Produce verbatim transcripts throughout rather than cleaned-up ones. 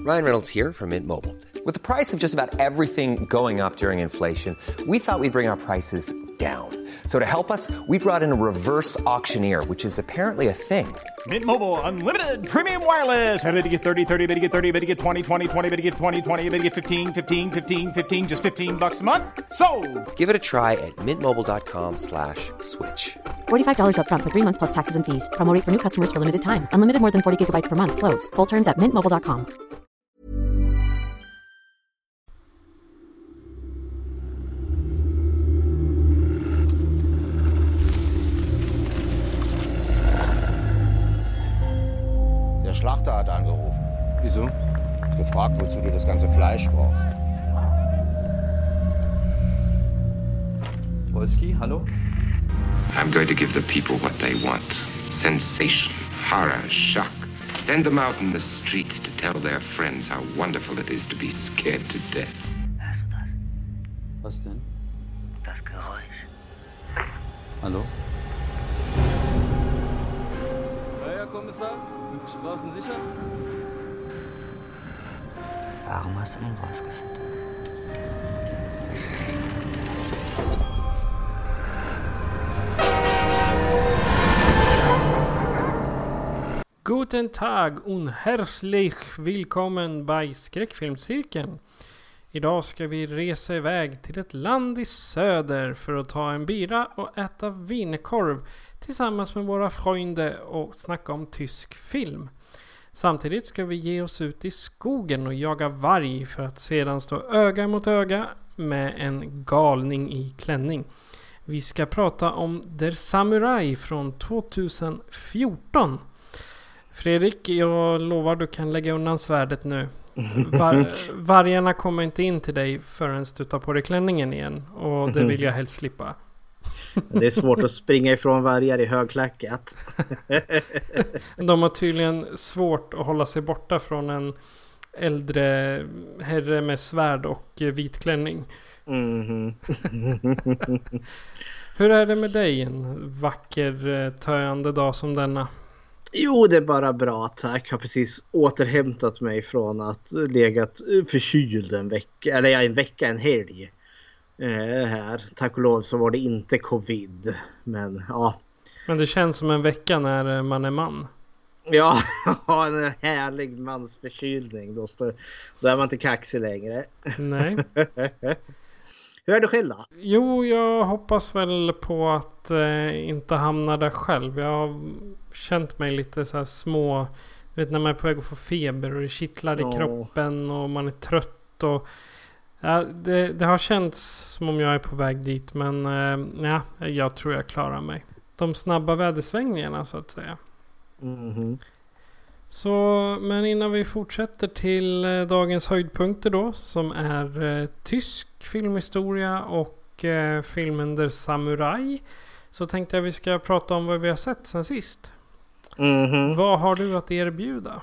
Ryan Reynolds here from Mint Mobile. With the price of just about everything going up during inflation, we thought we'd bring our prices down. So to help us, we brought in a reverse auctioneer, which is apparently a thing. Mint Mobile Unlimited Premium Wireless. How to get thirty, thirty, how to get thirty, how to get twenty, twenty, twenty, how to get twenty, twenty, how to get fifteen, fifteen, fifteen, fifteen, just fifteen bucks a month? Sold! Give it a try at mintmobile.com slash switch. forty-five dollars up front for three months plus taxes and fees. Promo rate for new customers for limited time. Unlimited more than forty gigabytes per month. Slows full terms at mint mobile dot com. Der Schlachter hat angerufen. Wieso? Gefragt, wozu du das ganze Fleisch brauchst. Wolski, hallo? I'm going to give the people what they want. Sensation, horror, shock. Send them out in the streets to tell their friends how wonderful it is to be scared to death. Hörst du das? Was denn? Das Geräusch. Hallo? Ja, Herr Kommissar, sind die Straßen sicher? Warum hast du den Wolf gefüttert? Guten Tag und herzlich willkommen bei Skräckfilmscirkeln. Idag ska vi resa iväg till ett land i söder för att ta en bira och äta wienerkorv tillsammans med våra fröjder och snacka om tysk film. Samtidigt ska vi ge oss ut i skogen och jaga varg för att sedan stå öga mot öga med en galning i klänning. Vi ska prata om Der Samurai från tjugohundrafjorton. Fredrik, jag lovar du kan lägga undan svärdet nu. Var, vargarna kommer inte in till dig förrän du tar på dig klänningen igen. Och det vill jag helst slippa. Det är svårt att springa ifrån vargar i högklackat. De har tydligen svårt att hålla sig borta från en äldre herre med svärd och vit klänning. Mm-hmm. Hur är det med dig en vacker töjande dag som denna? Jo, det är bara bra, tack. Jag har precis återhämtat mig från att legat förkyld en vecka, eller ja, en vecka, en helg eh, här. Tack och lov så var det inte covid, men ja. Men det känns som en vecka när man är man. Ja, en härlig mansförkylning. Då, står, då är man inte kaxig längre. Nej. Hur är du själv då? Jo, jag hoppas väl på att eh, inte hamna där själv. Jag har känt mig lite så här små, vet när man är på väg att få feber och det kittlar oh. i kroppen och man är trött och ja, det, det har känts som om jag är på väg dit, men eh, ja, jag tror jag klarar mig. De snabba vädersvängningarna så att säga. Mm-hmm. Så, men innan vi fortsätter till eh, dagens höjdpunkter då, som är eh, tysk filmhistoria och eh, filmen Der Samurai, så tänkte jag vi ska prata om vad vi har sett sen sist. Mm-hmm. Vad har du att erbjuda?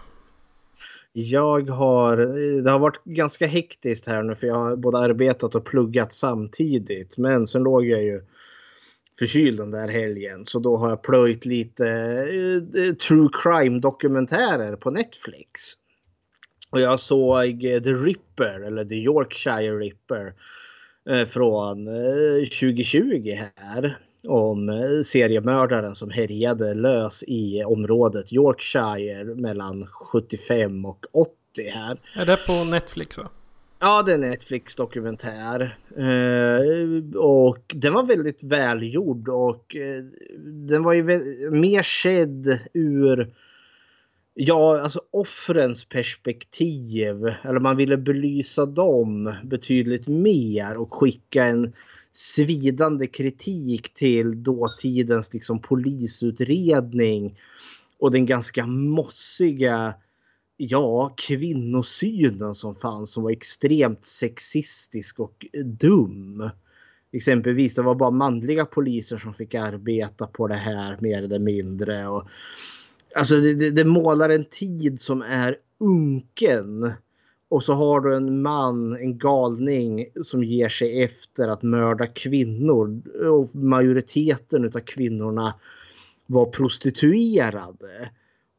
Jag har, det har varit ganska hektiskt här nu för jag har både arbetat och pluggat samtidigt, men sen låg jag ju förkyld den där helgen, så då har jag plöjt lite uh, true crime dokumentärer på Netflix. Och jag såg The Ripper, eller The Yorkshire Ripper uh, från uh, tjugohundratjugo här, om uh, seriemördaren som härjade lös i området Yorkshire mellan sjuttiofem och åttio här. Är det på Netflix va? Ja, det är en Netflix-dokumentär. Eh, och den var väldigt välgjord och eh, den var ju vä- mer sedd ur ja, alltså offrens perspektiv. Eller man ville belysa dem betydligt mer och skicka en svidande kritik till dåtidens liksom polisutredning och den ganska mossiga ja, kvinnosynen som fanns, som var extremt sexistisk och dum. Exempelvis det var bara manliga poliser som fick arbeta på det här mer eller mindre. Och, alltså det, det, det målar en tid som är unken. Och så har du en man, en galning som ger sig efter att mörda kvinnor. Och majoriteten av kvinnorna var prostituerade.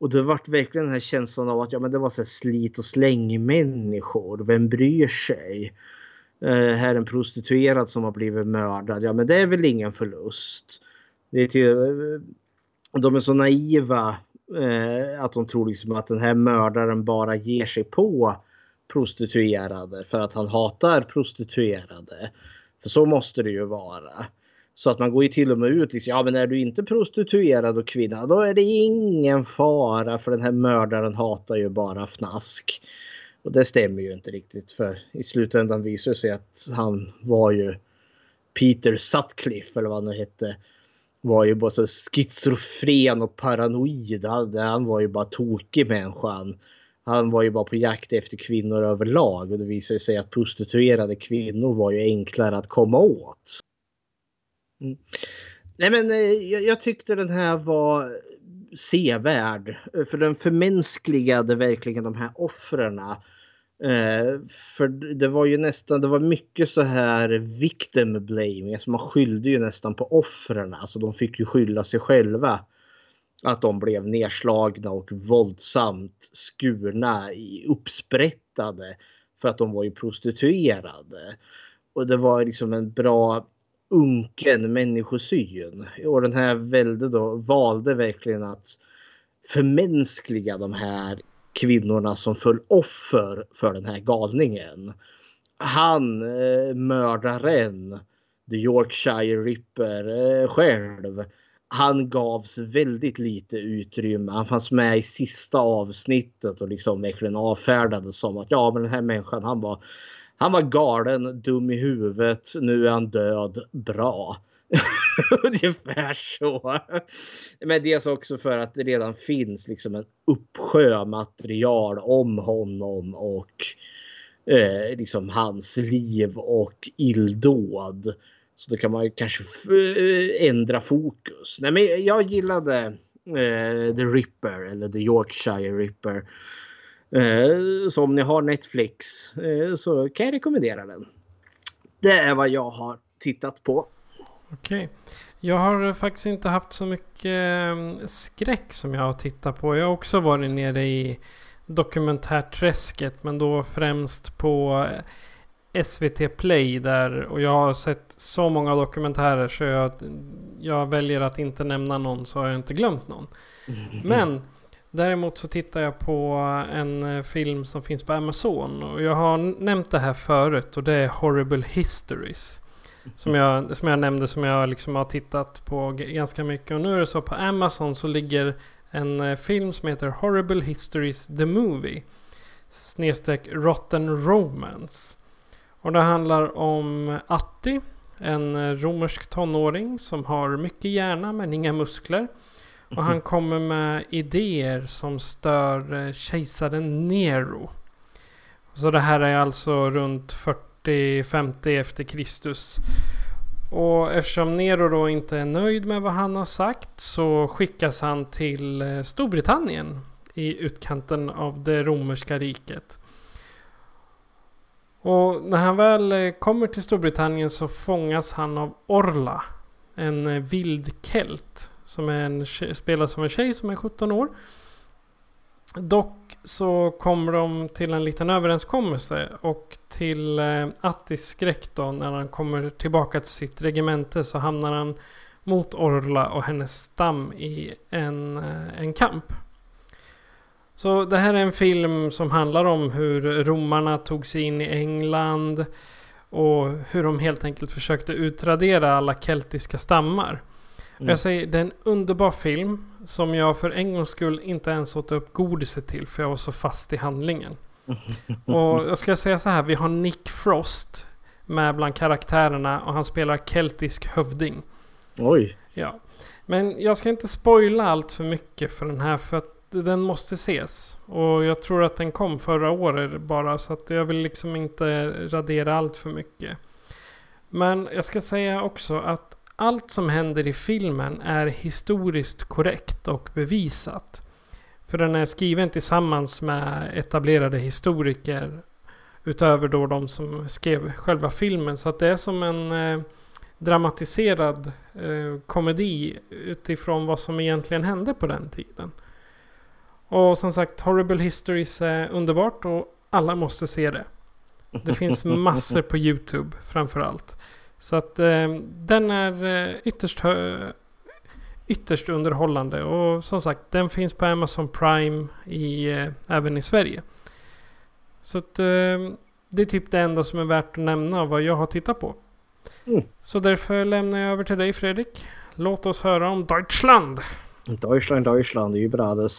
Och det vart verkligen den här känslan av att ja, men det var så här slit och släng människor. Vem bryr sig? Uh, här är en prostituerad som har blivit mördad. Ja, men det är väl ingen förlust. Det är till, uh, de är så naiva uh, att de tror liksom att den här mördaren bara ger sig på prostituerade för att han hatar prostituerade. För så måste det ju vara. Så att man går ju till och med ut liksom, ja men är du inte prostituerad och kvinna, då är det ingen fara, för den här mördaren hatar ju bara fnask. Och det stämmer ju inte riktigt, för i slutändan visar det sig att han var ju Peter Sutcliffe eller vad han hette, var ju bara så schizofren och paranoid. Han var ju bara tokig människan. Han var ju bara på jakt efter kvinnor överlag, och det visar sig att prostituerade kvinnor var ju enklare att komma åt. Mm. Nej, men jag, jag tyckte den här var sevärd, för den förmänskligade verkligen de här offrarna. Eh, för det var ju nästan, det var mycket så här victim blaming, alltså man skyllde ju nästan på offrarna, alltså de fick ju skylla sig själva att de blev nedslagna och våldsamt skurna, i uppsprättade, för att de var ju prostituerade. Och det var liksom en bra unken människosyn. Och den här välde då, valde verkligen att förmänskliga de här kvinnorna som föll offer för den här galningen. Han, eh, mördaren, The Yorkshire Ripper eh, själv, han gavs väldigt lite utrymme. Han fanns med i sista avsnittet och liksom verkligen avfärdades som att ja, men den här människan, han var Han var galen, dum i huvudet, nu är han död, bra. Ungefär så. Men det är också för att det redan finns liksom en uppsjö material om honom och eh, liksom hans liv och illdåd. Så då kan man ju kanske f- ändra fokus. Nej, men jag gillade eh, The Ripper, eller The Yorkshire Ripper. Eh, så om ni har Netflix eh, så kan jag rekommendera den. Det är vad jag har tittat på. Okej. Jag har faktiskt inte haft så mycket skräck som jag har tittat på. Jag har också varit nere i dokumentärträsket, men då främst på S V T Play där, och jag har sett så många dokumentärer så jag, jag väljer att inte nämna någon, så har jag inte glömt någon. Men däremot så tittar jag på en film som finns på Amazon, och jag har nämnt det här förut, och det är Horrible Histories. Som jag, som jag nämnde, som jag liksom har tittat på ganska mycket. Och nu är det så, på Amazon så ligger en film som heter Horrible Histories The Movie snedstreck Rotten Romance. Och det handlar om Atti, en romersk tonåring som har mycket hjärna men inga muskler. Och han kommer med idéer som stör kejsaren Nero. Så det här är alltså runt fyrtio femtio efter Kristus. Och eftersom Nero då inte är nöjd med vad han har sagt, så skickas han till Storbritannien i utkanten av det romerska riket. Och när han väl kommer till Storbritannien så fångas han av Orla, en vild kelt som är en tjej, spelar som en tjej som är sjutton år. Dock så kommer de till en liten överenskommelse, och till eh, Attis skräck då, när han kommer tillbaka till sitt regemente, så hamnar han mot Orla och hennes stam i en, eh, en kamp. Så det här är en film som handlar om hur romarna tog sig in i England och hur de helt enkelt försökte utradera alla keltiska stammar. Mm. Jag säger, det är en underbar film som jag för en gångs skull inte ens åt upp godiset till, för jag var så fast i handlingen. Och jag ska säga så här, vi har Nick Frost med bland karaktärerna, och han spelar keltisk hövding. Oj. Ja. Men jag ska inte spoila allt för mycket för den här, för att den måste ses. Och jag tror att den kom förra året bara, så att jag vill liksom inte radera allt för mycket. Men jag ska säga också att allt som händer i filmen är historiskt korrekt och bevisat. För den är skriven tillsammans med etablerade historiker, utöver då de som skrev själva filmen. Så att det är som en eh, dramatiserad eh, komedi utifrån vad som egentligen hände på den tiden. Och som sagt, Horrible Histories är underbart och alla måste se det. Det finns massor på YouTube framförallt. Så att eh, den är eh, ytterst, hö- ytterst underhållande. Och som sagt, den finns på Amazon Prime i, eh, även i Sverige. Så att eh, det är typ det enda som är värt att nämna av vad jag har tittat på. Mm. Så därför lämnar jag över till dig, Fredrik. Låt oss höra om Deutschland. Deutschland, Deutschland, det är ju bra dess.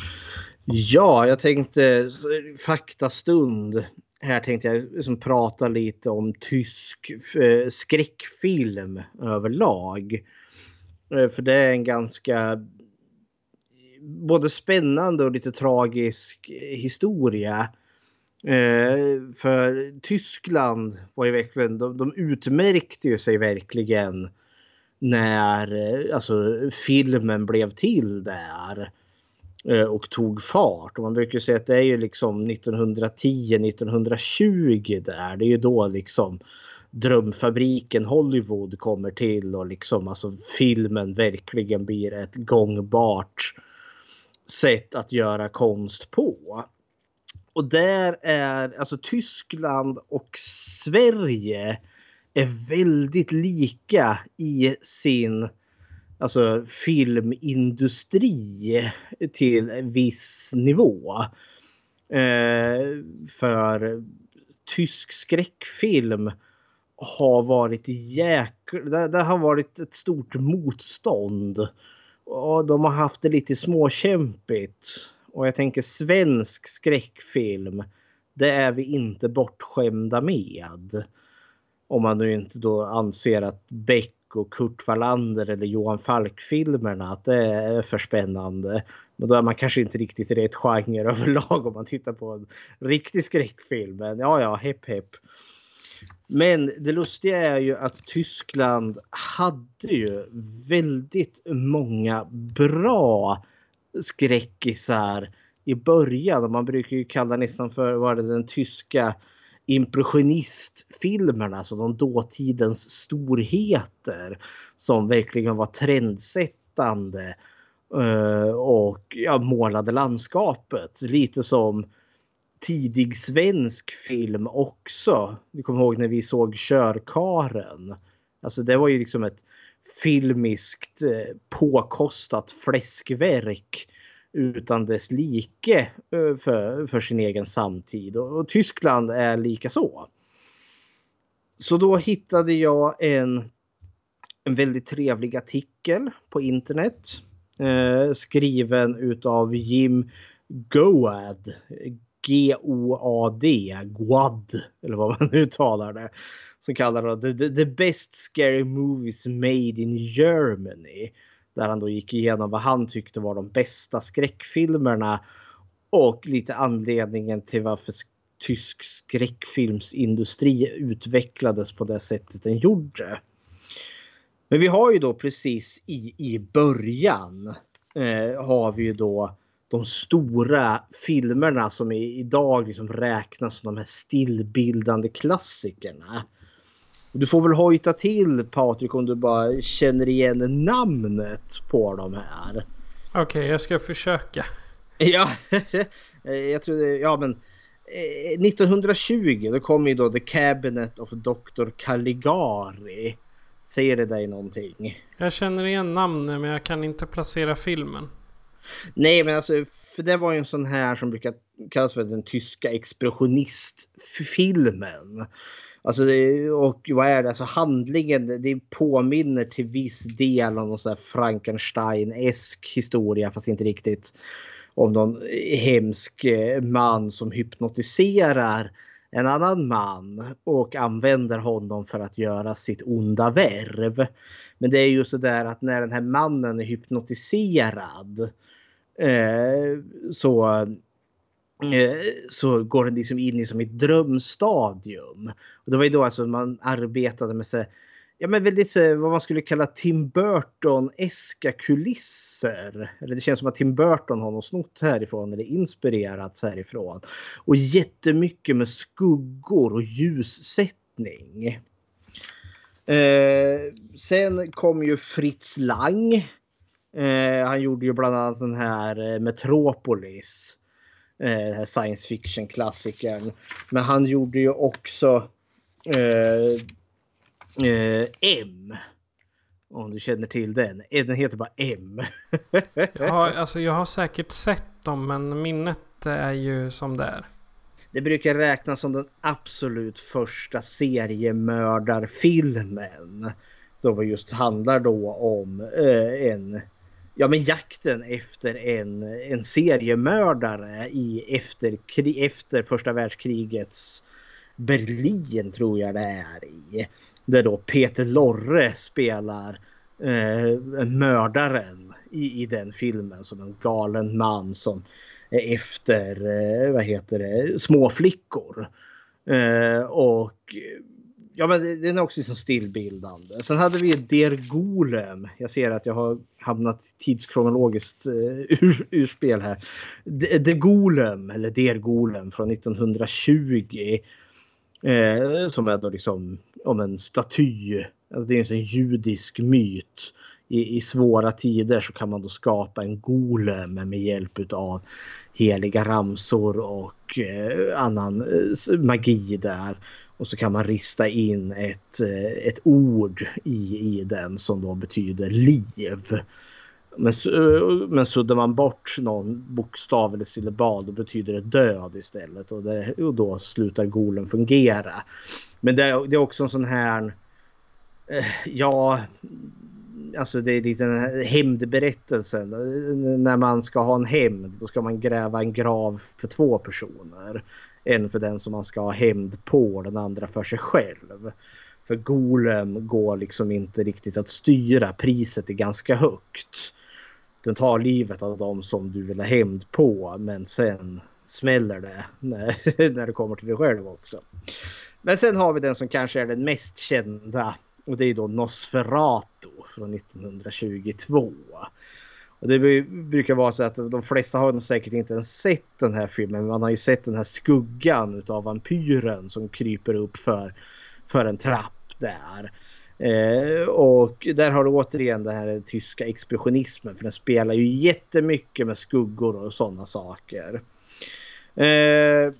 Ja, jag tänkte faktastund. Här tänkte jag liksom prata lite om tysk eh, skräckfilm överlag. Eh, för det är en ganska både spännande och lite tragisk historia. Eh, för Tyskland var ju verkligen, de, de utmärkte ju sig verkligen när eh, alltså, filmen blev till där. Och tog fart. Och man brukar säga att det är ju liksom nittonhundratio nittonhundratjugo där. Det är ju då liksom drömfabriken Hollywood kommer till. Och liksom alltså filmen verkligen blir ett gångbart sätt att göra konst på. Och där är alltså Tyskland och Sverige är väldigt lika i sin alltså filmindustri till en viss nivå. Eh, för tysk skräckfilm har varit jäkla... Det, det har varit ett stort motstånd. Och de har haft det lite småkämpigt. Och jag tänker svensk skräckfilm, det är vi inte bortskämda med. Om man nu inte då anser att Beck och Kurt Wallander eller Johan Falk-filmerna att det är för spännande. Men då är man kanske inte riktigt i rätt genre överlag om man tittar på en riktig skräckfilm. Men ja, ja, hepp hepp. Men det lustiga är ju att Tyskland hade ju väldigt många bra skräckisar i början. Man brukar ju kalla nästan för vad det den tyska impressionistfilmerna, alltså de dåtidens storheter som verkligen var trendsättande uh, och ja, målade landskapet. Lite som tidig svensk film också. Vi kommer ihåg när vi såg Körkaren. Alltså det var ju liksom ett filmiskt eh, påkostat fläskverk utan dess like för, för sin egen samtid. Och, och Tyskland är lika så. Så då hittade jag en, en väldigt trevlig artikel på internet. Eh, skriven utav Jim Goad. G O A D. Goad. Eller vad man nu talar det. Som kallar det the, the best scary movies made in Germany. Där han då gick igenom vad han tyckte var de bästa skräckfilmerna. Och lite anledningen till varför tysk skräckfilmsindustri utvecklades på det sättet den gjorde. Men vi har ju då precis i, i början eh, har vi ju då de stora filmerna som i, idag liksom räknas som de här stillbildande klassikerna. Du får väl hojta till, Patrik, om du bara känner igen namnet på de här. Okej, okay, jag ska försöka. Ja, jag tror det, ja men eh, nittonhundratjugo då kom ju då The Cabinet of doktor Caligari. Säger det dig någonting? Jag känner igen namnet men jag kan inte placera filmen. Nej, men alltså för det var ju en sån här som brukar kallas för den tyska expressionistfilmen. Alltså det, och vad är det? Alltså handlingen, det påminner till viss del om någon sån här Frankenstein-esk historia, fast inte riktigt, om någon hemsk man som hypnotiserar en annan man och använder honom för att göra sitt onda värv. Men det är ju så där att när den här mannen är hypnotiserad eh, så så går den liksom in i som ett drömstadium. Och det var ju då alltså man arbetade med så, ja men väldigt så, vad man skulle kalla Tim Burton-eska kulisser. Eller det känns som att Tim Burton har något snott härifrån eller inspirerats härifrån. Och jättemycket med skuggor och ljussättning. Eh, sen kom ju Fritz Lang Eh, han gjorde ju bland annat den här eh, Metropolis. Eh, den här science fiction-klassikern. Men han gjorde ju också eh, eh, M. Om du känner till den. Den heter bara M. jag, har, alltså, jag har säkert sett dem, men minnet är ju som det är. Det brukar räknas som den absolut första seriemördarfilmen. Då vi just handlar då om eh, en... Ja, men jakten efter en, en seriemördare i efter, efter första världskrigets Berlin, tror jag det är i. Där då Peter Lorre spelar eh, mördaren i, i den filmen som en galen man som är efter eh, vad heter det, små flickor. Eh, och ja, men den är också liksom stillbildande. Sen hade vi Der Golem. Jag ser att jag har hamnat tidskronologiskt uh, ur, ur spel här. Der Golem, eller Der Golem från nittonhundratjugo. Eh, som är då liksom om en staty. Alltså det är en sån judisk myt. I, I svåra tider så kan man då skapa en golem med hjälp av heliga ramsor och eh, annan eh, magi där. Och så kan man rista in ett, ett ord i, i den som då betyder liv. Men, men suddar man bort någon bokstav eller syllabal, då betyder det död istället. Och, det, och då slutar golen fungera. Men det, det är också en sån här... Ja... Alltså det är lite den här hämndberättelsen. När man ska ha en hämnd, då ska man gräva en grav för två personer. En för den som man ska ha hämnd på, den andra för sig själv. För golem går liksom inte riktigt att styra. Priset är ganska högt. Den tar livet av dem som du vill ha hämnd på, men sen smäller det när, när det kommer till dig själv också. Men sen har vi den som kanske är den mest kända, och det är då Nosferatu från nittonhundratjugotvå. Och det brukar vara så att de flesta har nog säkert inte ens sett den här filmen. Men man har ju sett den här skuggan av vampyren som kryper upp för, för en trapp där. Eh, och där har du återigen den här tyska expressionismen. För den spelar ju jättemycket med skuggor och sådana saker. Eh,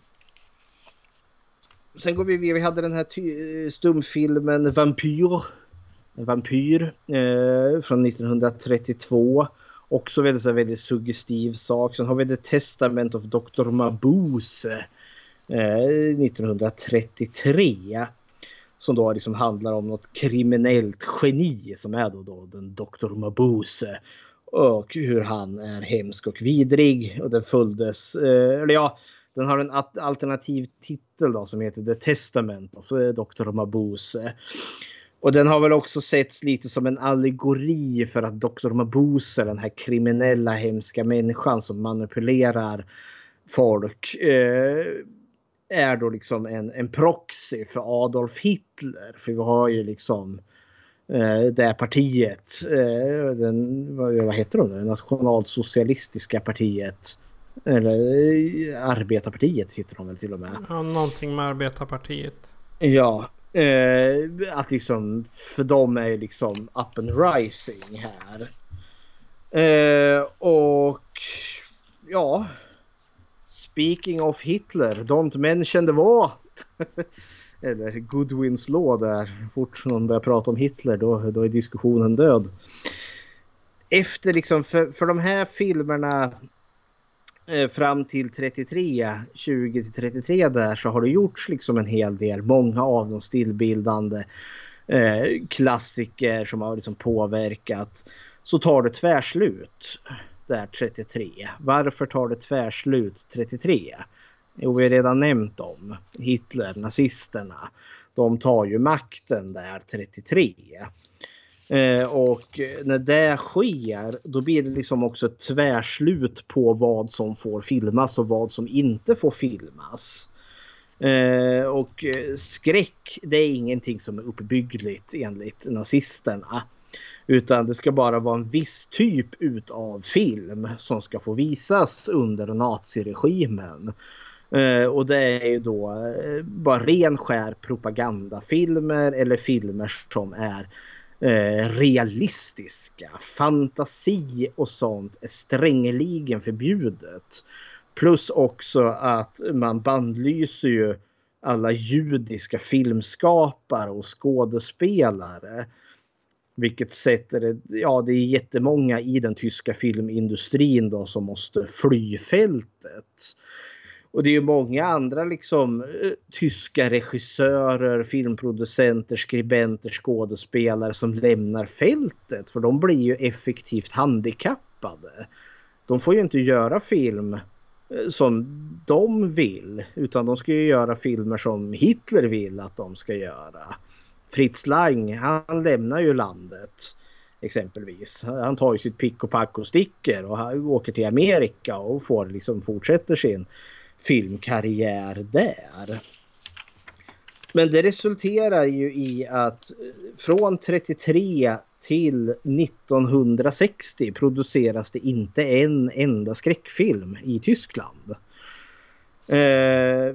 sen går vi vi hade den här ty- stumfilmen Vampyr. Vampyr eh, från nittonhundratrettiotvå. Också väldigt, så väldigt suggestiv sak. Sen har vi The Testament of doktor Mabuse eh, nittonhundratrettiotre. Som då liksom handlar om något kriminellt geni som är då, då den doktor Mabuse. Och hur han är hemsk och vidrig. Och den följdes, eh, eller ja, den har en alternativ titel då som heter The Testament of doktor Mabuse. Och den har väl också setts lite som en allegori för att doktor Mabuse, den här kriminella hemska människan som manipulerar folk, eh, är då liksom en, en proxy för Adolf Hitler. För vi har ju liksom eh, det partiet, eh, den, vad, vad heter de? Det nationalsocialistiska partiet. Eller eh, arbetarpartiet heter de väl till och med. Ja, någonting med arbetarpartiet. Ja. Eh, att liksom för dem är liksom up and rising här. Eh, och ja, speaking of Hitler, don't mention the war. Eller Goodwins law där. Fort någon börjar prata om Hitler, då, då är diskussionen död. Efter liksom för, för de här filmerna fram till trettiotre, tjugo till trettiotre där, så har det gjorts liksom en hel del, många av de stillbildande eh, klassiker som har liksom påverkat. Så tar det tvärslut där trettiotre. Varför tar det tvärslut trettiotre? Jo, vi har redan nämnt dem. Hitler, nazisterna. De tar ju makten där trettiotre. Eh, och när det sker, då blir det liksom också ett tvärslut på vad som får filmas och vad som inte får filmas. Eh, och skräck, det är ingenting som är uppbyggligt enligt nazisterna. Utan det ska bara vara en viss typ utav film som ska få visas under naziregimen. Uh, och det är ju då uh, bara ren skär propagandafilmer eller filmer som är eh, realistiska. Fantasi och sånt är strängeligen förbjudet. Plus också att man bandlyser ju alla judiska filmskapare och skådespelare. Vilket sätter det, ja det är jättemånga i den tyska filmindustrin då som måste fly fältet. Och det är ju många andra liksom eh, tyska regissörer, filmproducenter, skribenter, skådespelare som lämnar fältet. För de blir ju effektivt handikappade. De får ju inte göra film eh, som de vill. Utan de ska ju göra filmer som Hitler vill att de ska göra. Fritz Lang, han lämnar ju landet exempelvis. Han tar ju sitt pick och pack och sticker och han åker till Amerika och får liksom fortsätter sin filmkarriär där. Men det resulterar ju i att från trettiotre till nittonhundrasextio produceras det inte en enda skräckfilm i Tyskland. Eh,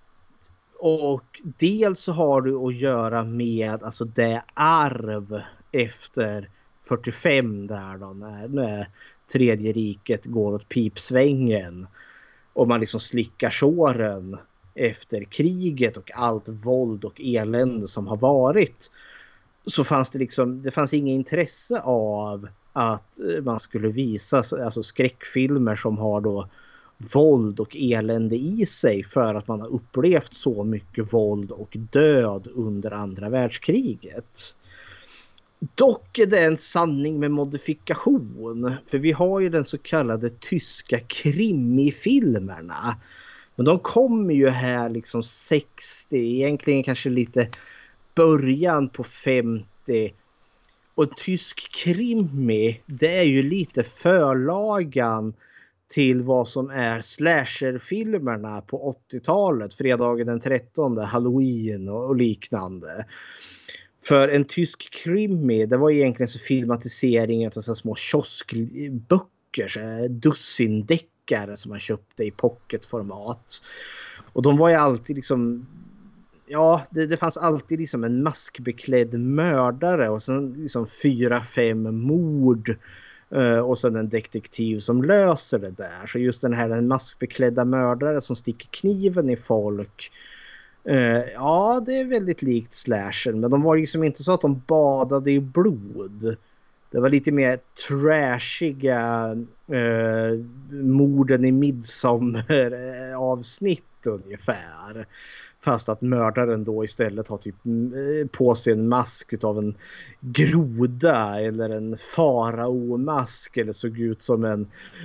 och dels så har du att göra med alltså det arv efter fyrtiofem där då när, när Tredje riket går åt pipsvängen. Och man liksom slickar såren efter kriget och allt våld och elände som har varit. Så fanns det liksom, det fanns inget intresse av att man skulle visa alltså skräckfilmer som har då våld och elände i sig för att man har upplevt så mycket våld och död under andra världskriget. Dock är det en sanning med modifikation. För vi har ju den så kallade tyska krimifilmerna. Men de kommer ju här liksom sextio, egentligen kanske lite början på femtio. Och tysk krimi, det är ju lite förlagan till vad som är slasherfilmerna på åttiotalet. Fredagen den trettonde, Halloween och liknande. För en tysk krimi, det var egentligen så filmatisering av så små kioskböcker, så dussindeckare som man köpte i pocketformat. Och de var ju alltid liksom, ja det, det fanns alltid liksom en maskbeklädd mördare och sen liksom fyra, fem mord och sen en detektiv som löser det där. Så just den här den maskbeklädda mördare som sticker kniven i folk. Uh, ja, det är väldigt likt slasher, men de var liksom inte så att de badade i blod. Det var lite mer trashiga uh, morden i midsommar uh, avsnitt ungefär. Fast att mördaren då istället har typ på sig en mask av en groda eller en faraomask eller såg ut som en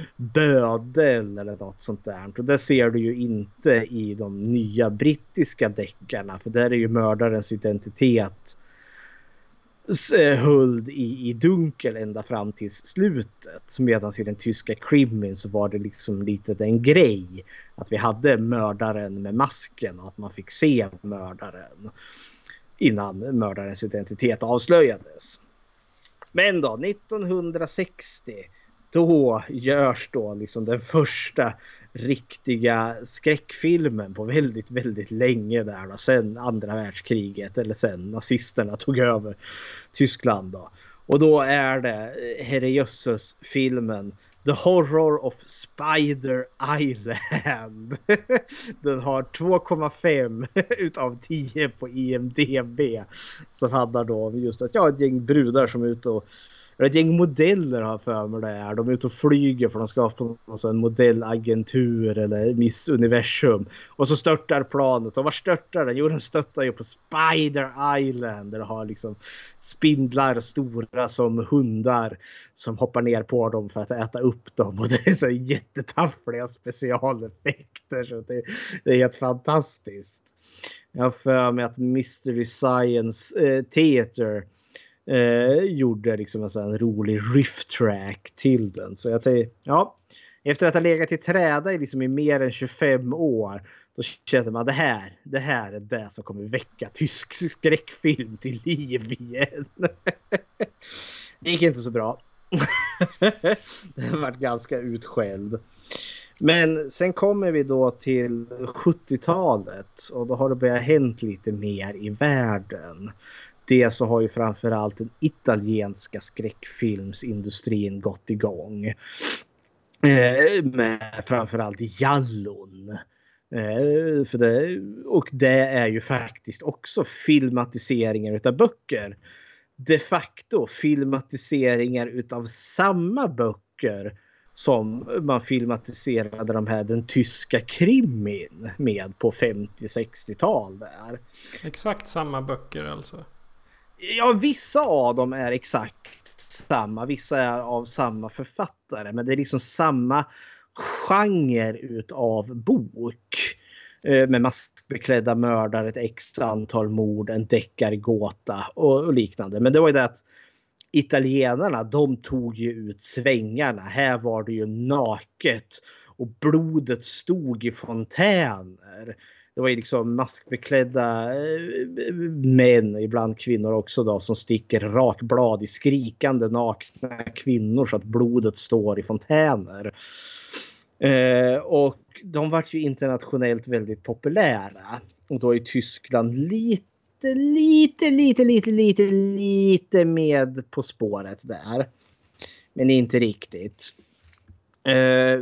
bödel eller något sånt där. Och det ser du ju inte i de nya brittiska deckarna, för där är ju mördarens identitet höljd i, i dunkel ända fram till slutet. Medan i den tyska krimin så var det liksom lite en grej att vi hade mördaren med masken och att man fick se mördaren innan mördarens identitet avslöjades. Men då nittonhundrasextio då görs då liksom den första riktiga skräckfilmen på väldigt, väldigt länge där då, sen andra världskriget eller sen nazisterna tog över Tyskland då. Och då är det herrejösses filmen The Horror of Spider Island. Den har två komma fem utav tio på I M D B. Som handlar då om just att ja, ett gäng brudar som är ute och ett gäng modeller har för mig det är. De är ute och flyger för de ska på en modellagentur eller Miss Universum. Och så störtar planet. Och var störtar den? Jo, den stöttar ju på Spider Island. Där de har liksom spindlar stora som hundar som hoppar ner på dem för att äta upp dem. Och det är så jättetaffliga specialeffekter. Så det, det är helt fantastiskt. Jag har för mig att Mystery Science eh, Theater Eh, gjorde liksom en sån rolig riff track till den. Så jag tänkte, ja, efter att ha legat i träda i, liksom i mer än tjugofem år, då kände man det här, det här är det som kommer väcka tysk skräckfilm till liv igen. Det gick inte så bra. Det har varit ganska utskälld. Men sen kommer vi då till sjuttiotalet och då har det börjat hänt lite mer i världen. det så har ju framförallt den italienska skräckfilmsindustrin gått igång. Eh, med framförallt Jallon. Eh, för det, och det är ju faktiskt också filmatiseringar utav böcker. De facto filmatiseringar utav samma böcker som man filmatiserade de här den tyska krimin med på femtio-sextiotal där. Exakt samma böcker alltså? Ja, vissa av dem är exakt samma. Vissa är av samma författare. Men det är liksom samma genre utav bok. Med maskbeklädda mördare, ett x antal mord, en deckargåta och, och liknande. Men det var ju det att italienarna, de tog ju ut svängarna. Här var det ju naket och blodet stod i fontäner. Det var ju liksom maskbeklädda män, ibland kvinnor också då, som sticker rakblad i skrikande nakna kvinnor så att blodet står i fontäner. Eh, och de var ju internationellt väldigt populära. Och då är Tyskland lite, lite, lite, lite, lite, lite med på spåret där. Men inte riktigt. Eh,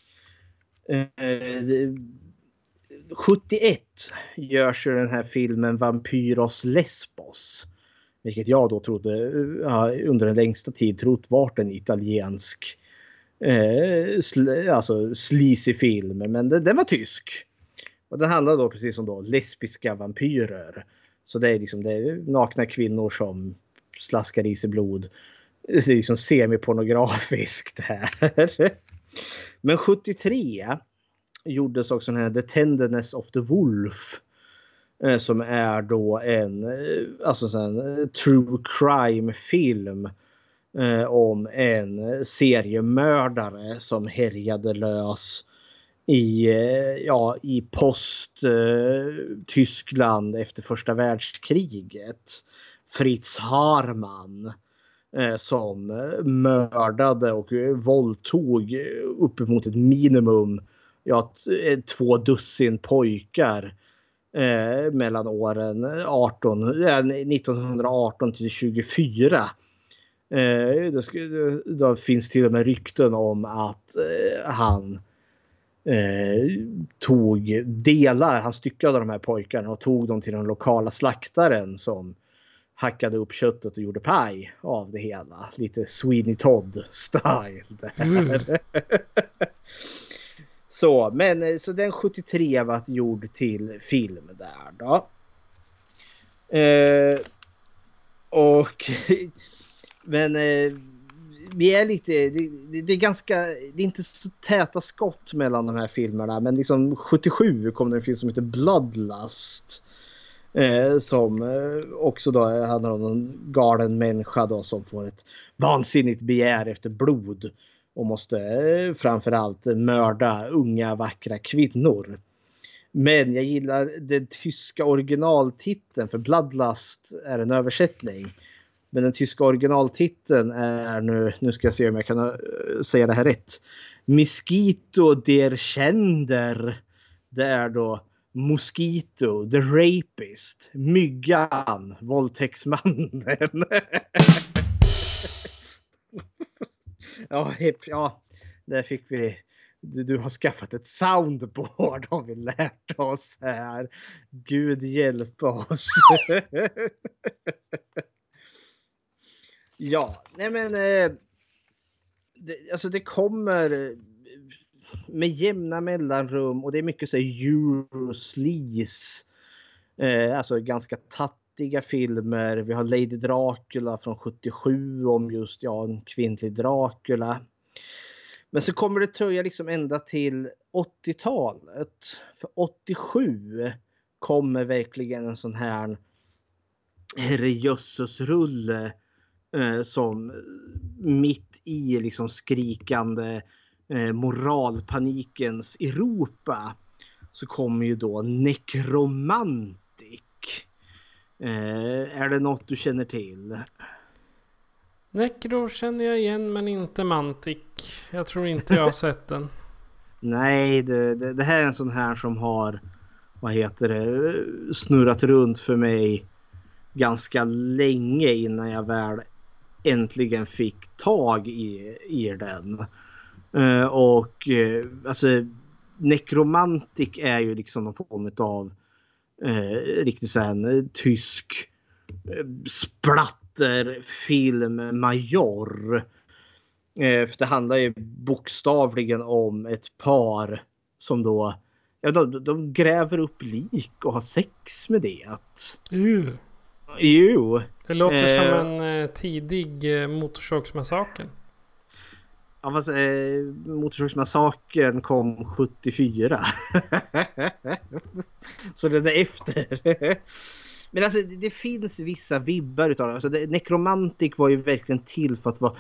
eh, sjuttioett görs ju den här filmen Vampyros Lesbos. Vilket jag då trodde, ja, under den längsta tid trott vart en italiensk eh, sl- alltså sleazy film. Men det, den var tysk. Och den handlar då precis som då lesbiska vampyrer. Så det är liksom det är nakna kvinnor som slaskar i sig blod. Det är liksom semipornografiskt här. Men sjuttiotre gjordes också den här The Tenderness of the Wolf. Eh, som är då en, eh, alltså en true crime film. Eh, om en seriemördare som härjade lös i, eh, ja, i post eh, Tyskland efter första världskriget. Fritz Haarmann. Eh, som mördade och våldtog uppemot ett minimum, ja, två dussin pojkar eh, mellan åren arton, eh, nittonhundraarton till tjugofyra. Eh, det, det, det finns till och med rykten om att eh, han eh, tog delar, han styckade de här pojkarna och tog dem till den lokala slaktaren som hackade upp köttet och gjorde paj av det hela. Lite Sweeney Todd-style där. Mm. Så, men så den sjuttiotre var gjord till film där då. Eh, och men eh, vi är lite det, det är ganska det är inte så täta skott mellan de här filmerna, men liksom sjuttiosju kom det en film som heter Bloodlust. Eh, som eh, också då handlar om en galen människa då som får ett vansinnigt begär efter blod och måste eh, framförallt mörda unga vackra kvinnor. Men jag gillar den tyska originaltiteln, för Bloodlust är en översättning. Men den tyska originaltiteln är nu, nu ska jag se om jag kan uh, säga det här rätt. Mosquito der Schänder. Det är då Mosquito, the rapist, myggan, våldtäktsmannen. ja, ja, där fick vi. Du, du har skaffat ett soundboard, har vi lärt oss här. Gud hjälp oss. ja, nej men eh, det, alltså det kommer med jämna mellanrum och det är mycket så Eurosleaze. Eh, alltså ganska tattiga filmer. Vi har Lady Dracula från sjuttiosju om just ja, en kvinnlig Dracula. Men så kommer det dröja liksom ända till åttiotalet. För åttiosju kommer verkligen en sån här herrejösses-rulle eh, som mitt i liksom skrikande eh, moralpanikens Europa så kommer ju då Necromantic. Eh, är det något du känner till? Necro känner jag igen, men inte Mantic. Jag tror inte jag har sett den. Nej, det, det, det här är en sån här som har, vad heter det, snurrat runt för mig ganska länge innan jag väl äntligen fick tag i, i den. Uh, och uh, alltså Necromantic är ju liksom någon form av uh, riktigt så här en tysk uh, splatterfilm major. Uh, för det handlar ju bokstavligen om ett par som då ja, de, de gräver upp lik och har sex med det. Uh. Jo. Det låter uh, som en uh, tidig uh, Motorsågsmassakern. Ja, fast, eh, Motorsågsmassakern kom sjuttiofyra. Så den är efter. Men alltså det, det finns vissa vibbar utav det. Alltså, det. Necromantic var ju verkligen till för att vara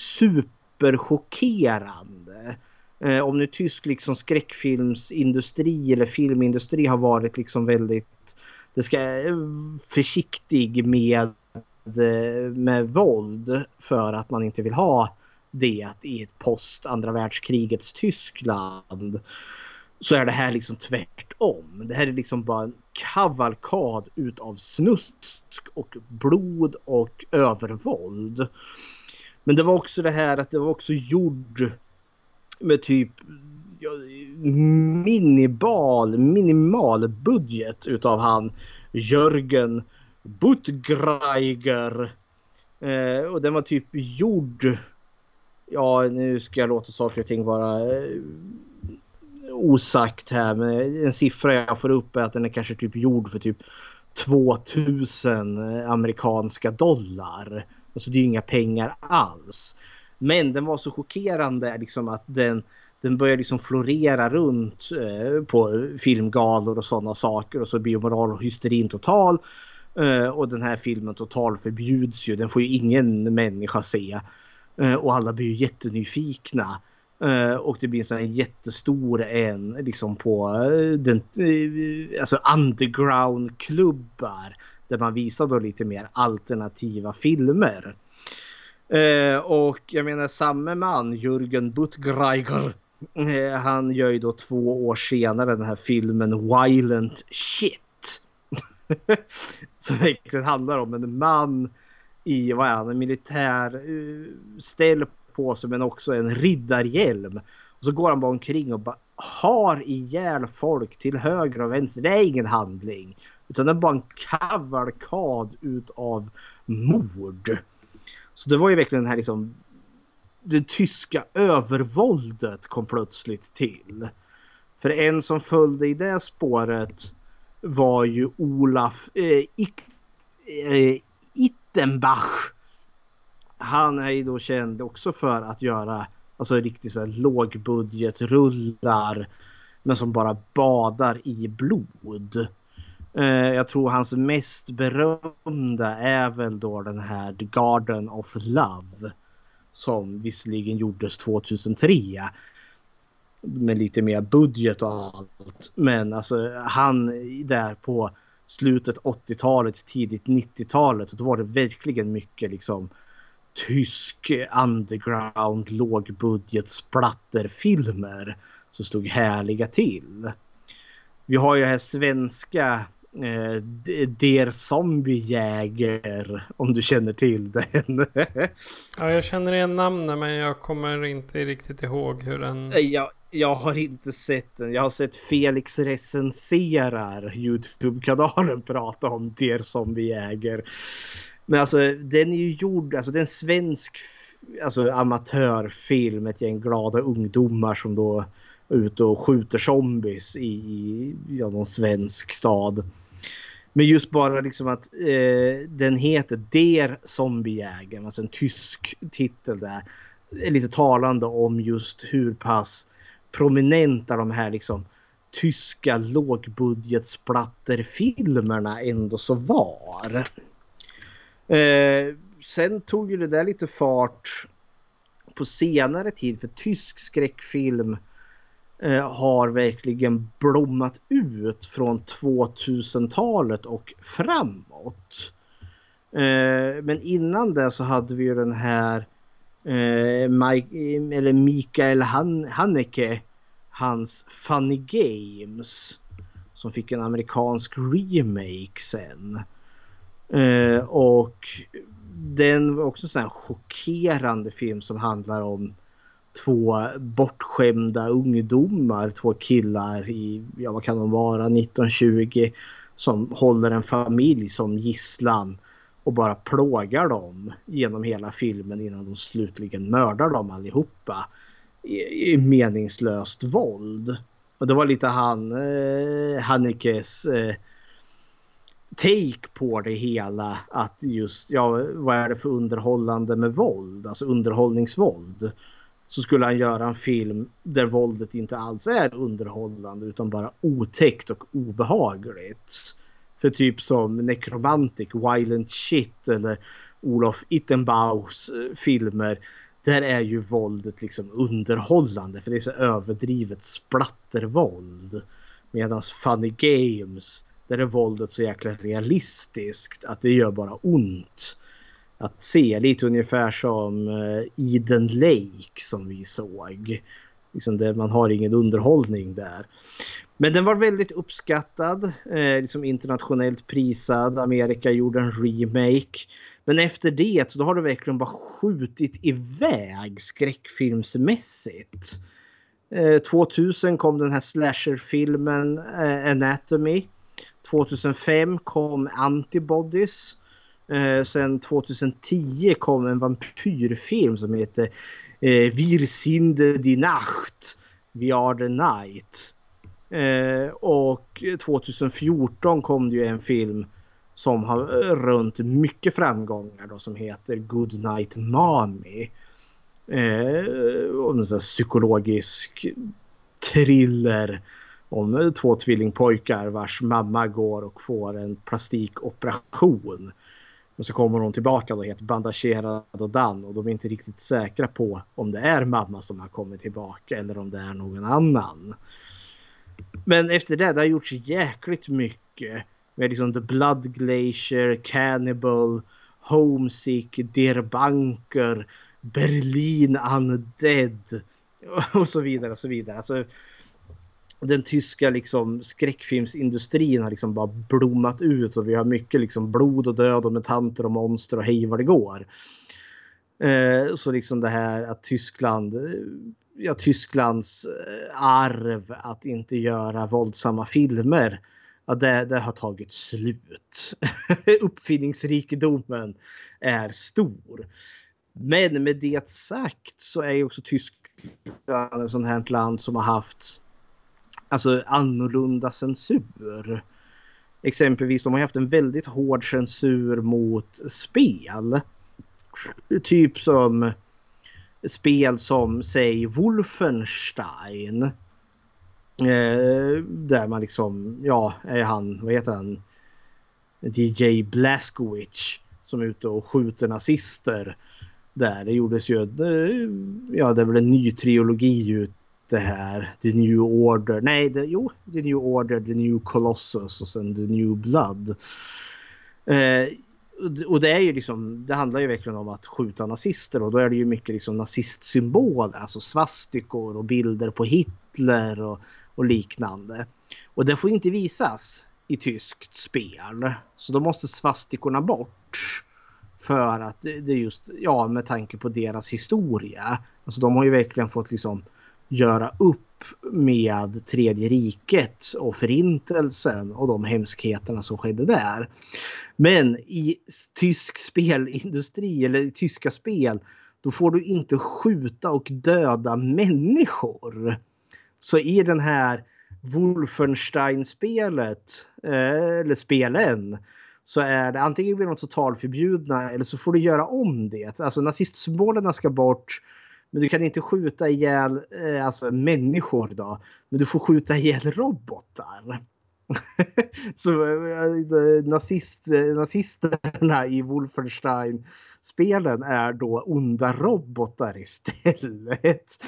superchockerande. Eh, om nu tysk liksom skräckfilmsindustri eller filmindustri har varit liksom väldigt det ska försiktig med med våld för att man inte vill ha det i ett post andra världskrigets Tyskland, så är det här liksom tvärtom. Det här är liksom bara en kavalkad utav snusk och blod och övervåld. Men det var också det här att det var också gjord med typ minimal, minimal budget utav han Jürgen Buttgreiger. Eh, och den var typ gjord, ja nu ska jag låta saker och ting vara eh, osagt här, men en siffra jag får upp är att den är kanske typ gjord för typ tvåtusen amerikanska dollar. Alltså det är ju inga pengar alls. Men den var så chockerande liksom att den Den börjar liksom florera runt eh, på filmgalor och sådana saker. Och så blir moral och hysterin total. Eh, och den här filmen total förbjuds ju. Den får ju ingen människa se. Eh, och alla blir ju jättenyfikna. Eh, och det blir en sån här jättestor en liksom på eh, den, eh, alltså underground-klubbar. Där man visar då lite mer alternativa filmer. Eh, och jag menar samme man, Jürgen Buttgreiger. Han gör ju då två år senare den här filmen Violent Shit. Som verkligen handlar om en man i vad är han, en militär uh, ställ på sig men också en riddarhjälm. Och så går han bara omkring och bara har ihjäl folk till höger och vänster. Det är ingen handling. Utan det är bara en kavalkad utav mord. Så det var ju verkligen den här liksom det tyska övervåldet kom plötsligt till. För en som följde i det spåret var ju Olaf eh, Ik, eh, Ittenbach. Han är ju då känd också för att göra alltså riktigt så här lågbudgetrullar men som bara badar i blod. Eh, jag tror hans mest berömda är väl då den här The Garden of Love. Som visserligen gjordes tjugohundratre med lite mer budget och allt. Men alltså han där på slutet åttiotalet, tidigt nittiotalet, då var det verkligen mycket liksom tysk underground, lågbudget splatterfilmer som stod härliga till. Vi har ju det här svenska Eh, Der Zombiejäger, om du känner till den. Ja, jag känner igen namnet men jag kommer inte riktigt ihåg hur den... Jag, jag har inte sett den. Jag har sett Felix recenserar YouTube-kanalen prata om Der Zombiejäger. Men alltså den är ju gjord, alltså det är en svensk alltså, amatörfilm, ett gäng glada ungdomar som då ut och skjuter zombies i ja, någon svensk stad. Men just bara liksom att eh, den heter Der Zombiejäger, alltså en tysk titel där, är lite talande om just hur pass prominenta de här liksom tyska lågbudgetsplatterfilmerna ändå så var. Eh, sen tog ju det där lite fart på senare tid, för tysk skräckfilm har verkligen blommat ut från tvåtusentalet och framåt. Men innan det så hade vi ju den här Mike, eller Mikael Han, Haneke, hans Funny Games, som fick en amerikansk remake sen. Eh, och den var också en sån här chockerande film som handlar om två bortskämda ungdomar, två killar i, ja vad kan de vara, nitton tjugo, som håller en familj som gisslan och bara plågar dem genom hela filmen innan de slutligen mördar dem allihopa i, i meningslöst våld. Och det var lite han eh, Hanekes eh, take på det hela, att just, ja, vad är det för underhållande med våld, alltså underhållningsvåld. Så skulle han göra en film där våldet inte alls är underhållande utan bara otäckt och obehagligt. För typ som Necromantic, Violent Shit eller Olof Ittenbaus filmer, där är ju våldet liksom underhållande för det är så överdrivet splattervåld. Medan Funny Games, där är våldet så jäkla realistiskt att det gör bara ont att se. Lite ungefär som Eden Lake som vi såg. Liksom där man har ingen underhållning där. Men den var väldigt uppskattad. Eh, liksom internationellt prisad. Amerika gjorde en remake. Men efter det så då har det verkligen bara skjutit iväg skräckfilmsmässigt. Eh, tvåtusen kom den här slasherfilmen eh, Anatomy. tvåtusenfem kom Antibodies. Eh, sen tjugohundratio kom en vampyrfilm som heter eh, Wir sind die Nacht. We are the night. Eh, och tjugohundrafjorton kom det ju en film som har rönt mycket framgångar då, som heter Good Night Mommy. Eh, och en sån här psykologisk thriller om två tvillingpojkar vars mamma går och får en plastikoperation. Och så kommer hon tillbaka och helt bandagerad och dan. Och de är inte riktigt säkra på om det är mamma som har kommit tillbaka eller om det är någon annan. Men efter det, det har gjorts jäkligt mycket. Med liksom The Blood Glacier, Cannibal, Homesick, Der Bunker, Berlin Undead och så vidare och så vidare. Alltså den tyska liksom skräckfilmsindustrin har liksom bara blommat ut och vi har mycket liksom blod och död och mutanter och monster och hej vad det går. Eh, så liksom det här att Tyskland, ja Tysklands arv att inte göra våldsamma filmer, ja, det, det har tagit slut. Uppfinningsrikedomen är stor. Men med det sagt så är ju också Tyskland ett sånt här land som har haft alltså annorlunda censur. Exempelvis de har haft en väldigt hård censur mot spel. Typ som spel som säg Wolfenstein. Eh, där man liksom, ja, är han, vad heter han? D J Blazkowicz som är ute och skjuter nazister. Där det gjordes ju, ja det är väl en ny trilogi ut det här, The New Order, nej det, jo, The New Order, The New Colossus och sen The New Blood. Eh, och det är ju liksom, det handlar ju verkligen om att skjuta nazister och då är det ju mycket liksom nazistsymboler, alltså svastikor och bilder på Hitler och, och liknande. Och det får inte visas i tyskt spel, så då måste svastikorna bort. För att det är just, ja med tanke på deras historia. Alltså de har ju verkligen fått liksom göra upp med Tredje riket och förintelsen och de hemskheterna som skedde där. Men i tysk spelindustri eller i tyska spel, då får du inte skjuta och döda människor. Så i den här Wolfenstein-spelet eller spelen, så är det antingen blir de totalförbjudna eller så får du göra om det. Alltså nazistsymbolerna ska bort, men du kan inte skjuta ihjäl eh, alltså människor då. Men du får skjuta ihjäl robotar. Så eh, nazist, nazisterna i Wolfenstein-spelen är då onda robotar istället.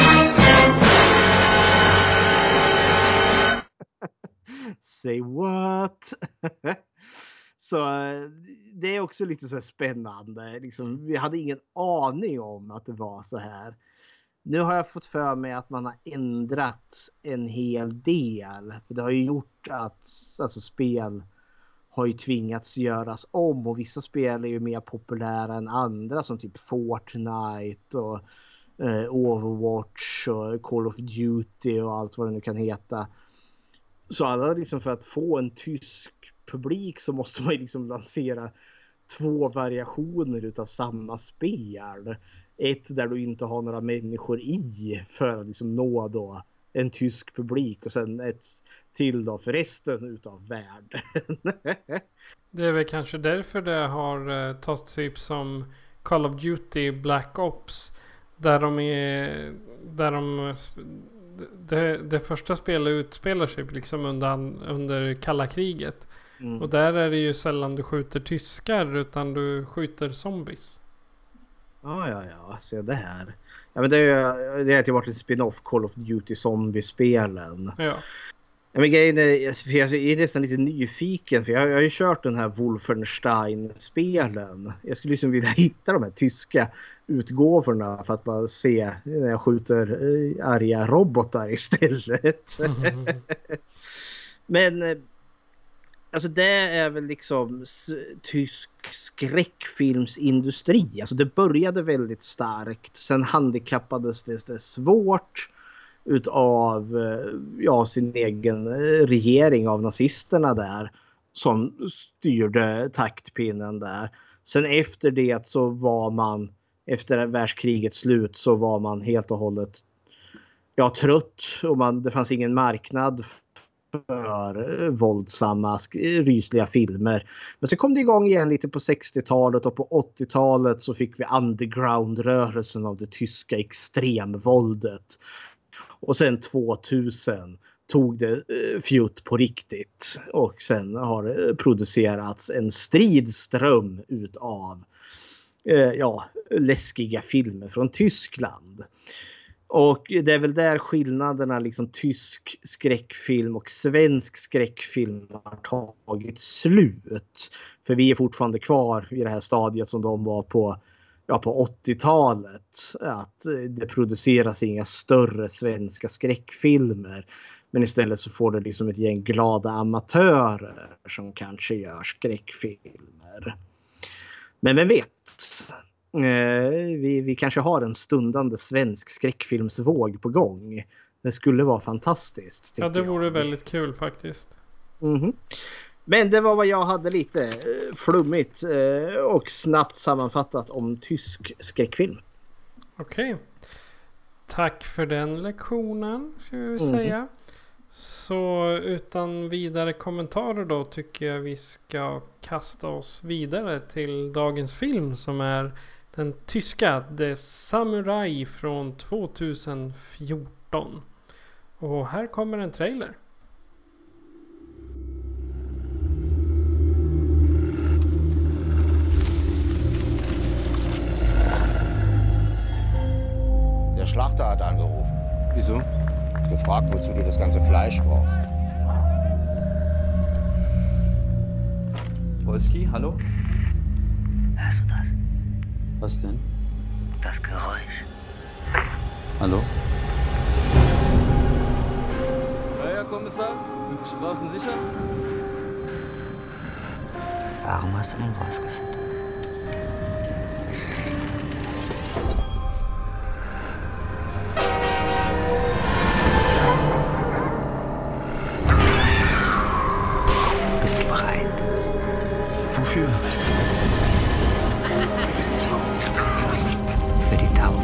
Say what? Så det är också lite så här spännande. Liksom, vi hade ingen aning om att det var så här. Nu har jag fått för mig att man har ändrat en hel del. För det har ju gjort att alltså, spel har ju tvingats göras om och vissa spel är ju mer populära än andra som typ Fortnite och eh, Overwatch och Call of Duty och allt vad det nu kan heta. Så alla liksom för att få en tysk publik så måste man ju liksom lansera två variationer utav samma spel. Ett där du inte har några människor i för att liksom nå då en tysk publik och sen ett till då för resten utav världen. Det är väl kanske därför det har eh, tagits typ som Call of Duty Black Ops där de är där de det, det första spelet utspelar sig liksom under, under kalla kriget. Mm. Och där är det ju sällan du skjuter tyskar utan du skjuter zombies. Ja, ja, ja. Se det här. Ja, men det är det har ju varit en spin-off Call of Duty Zombie-spelen. Ja. Ja, men grejen är, för jag är nästan lite nyfiken för jag, jag har ju kört den här Wolfenstein-spelen. Jag skulle liksom vilja hitta de här tyska utgåvorna för att bara se när jag skjuter äh, arga robotar istället. Mm. Men alltså det är väl liksom tysk skräckfilmsindustri. Alltså det började väldigt starkt. Sen handikappades det, det svårt utav ja, sin egen regering av nazisterna där. Som styrde taktpinnen där. Sen efter det så var man, efter världskrigets slut så var man helt och hållet ja, trött. Och man, det fanns ingen marknad för våldsamma, rysliga filmer. Men så kom det igång igen lite på sextiotalet och på åttiotalet så fick vi underground-rörelsen av det tyska extremvåldet. Och sen tvåtusen tog det eh, fjutt på riktigt och sen har det producerats en stridström utav eh, ja, läskiga filmer från Tyskland. Och det är väl där skillnaderna liksom tysk skräckfilm och svensk skräckfilm har tagit slut. För vi är fortfarande kvar i det här stadiet som de var på, ja, på åttiotalet. Att det produceras inga större svenska skräckfilmer. Men istället så får det liksom ett gäng glada amatörer som kanske gör skräckfilmer. Men vem vet... Vi, vi kanske har en stundande svensk skräckfilmsvåg på gång. Det skulle vara fantastiskt. Ja, det vore jag. väldigt kul faktiskt. Mm-hmm. Men det var vad jag hade lite flummigt och snabbt sammanfattat om tysk skräckfilm. Okej. Okay. Tack för den lektionen, ska vi säga. Mm-hmm. Så utan vidare kommentarer då tycker jag vi ska kasta oss vidare till dagens film som är den tyska The Samurai från tjugohundrafjorton. Och här kommer en trailer. Der Schlachter hat angerufen. Wieso? Gefragt, wozu du das ganze Fleisch brauchst. Wolski, hallo? Hörst du das? Was denn? Das Geräusch. Hallo? Ja, Herr Kommissar, sind die Straßen sicher? Warum hast du den Wolf gefüttert? Wofür? Für die Taufe.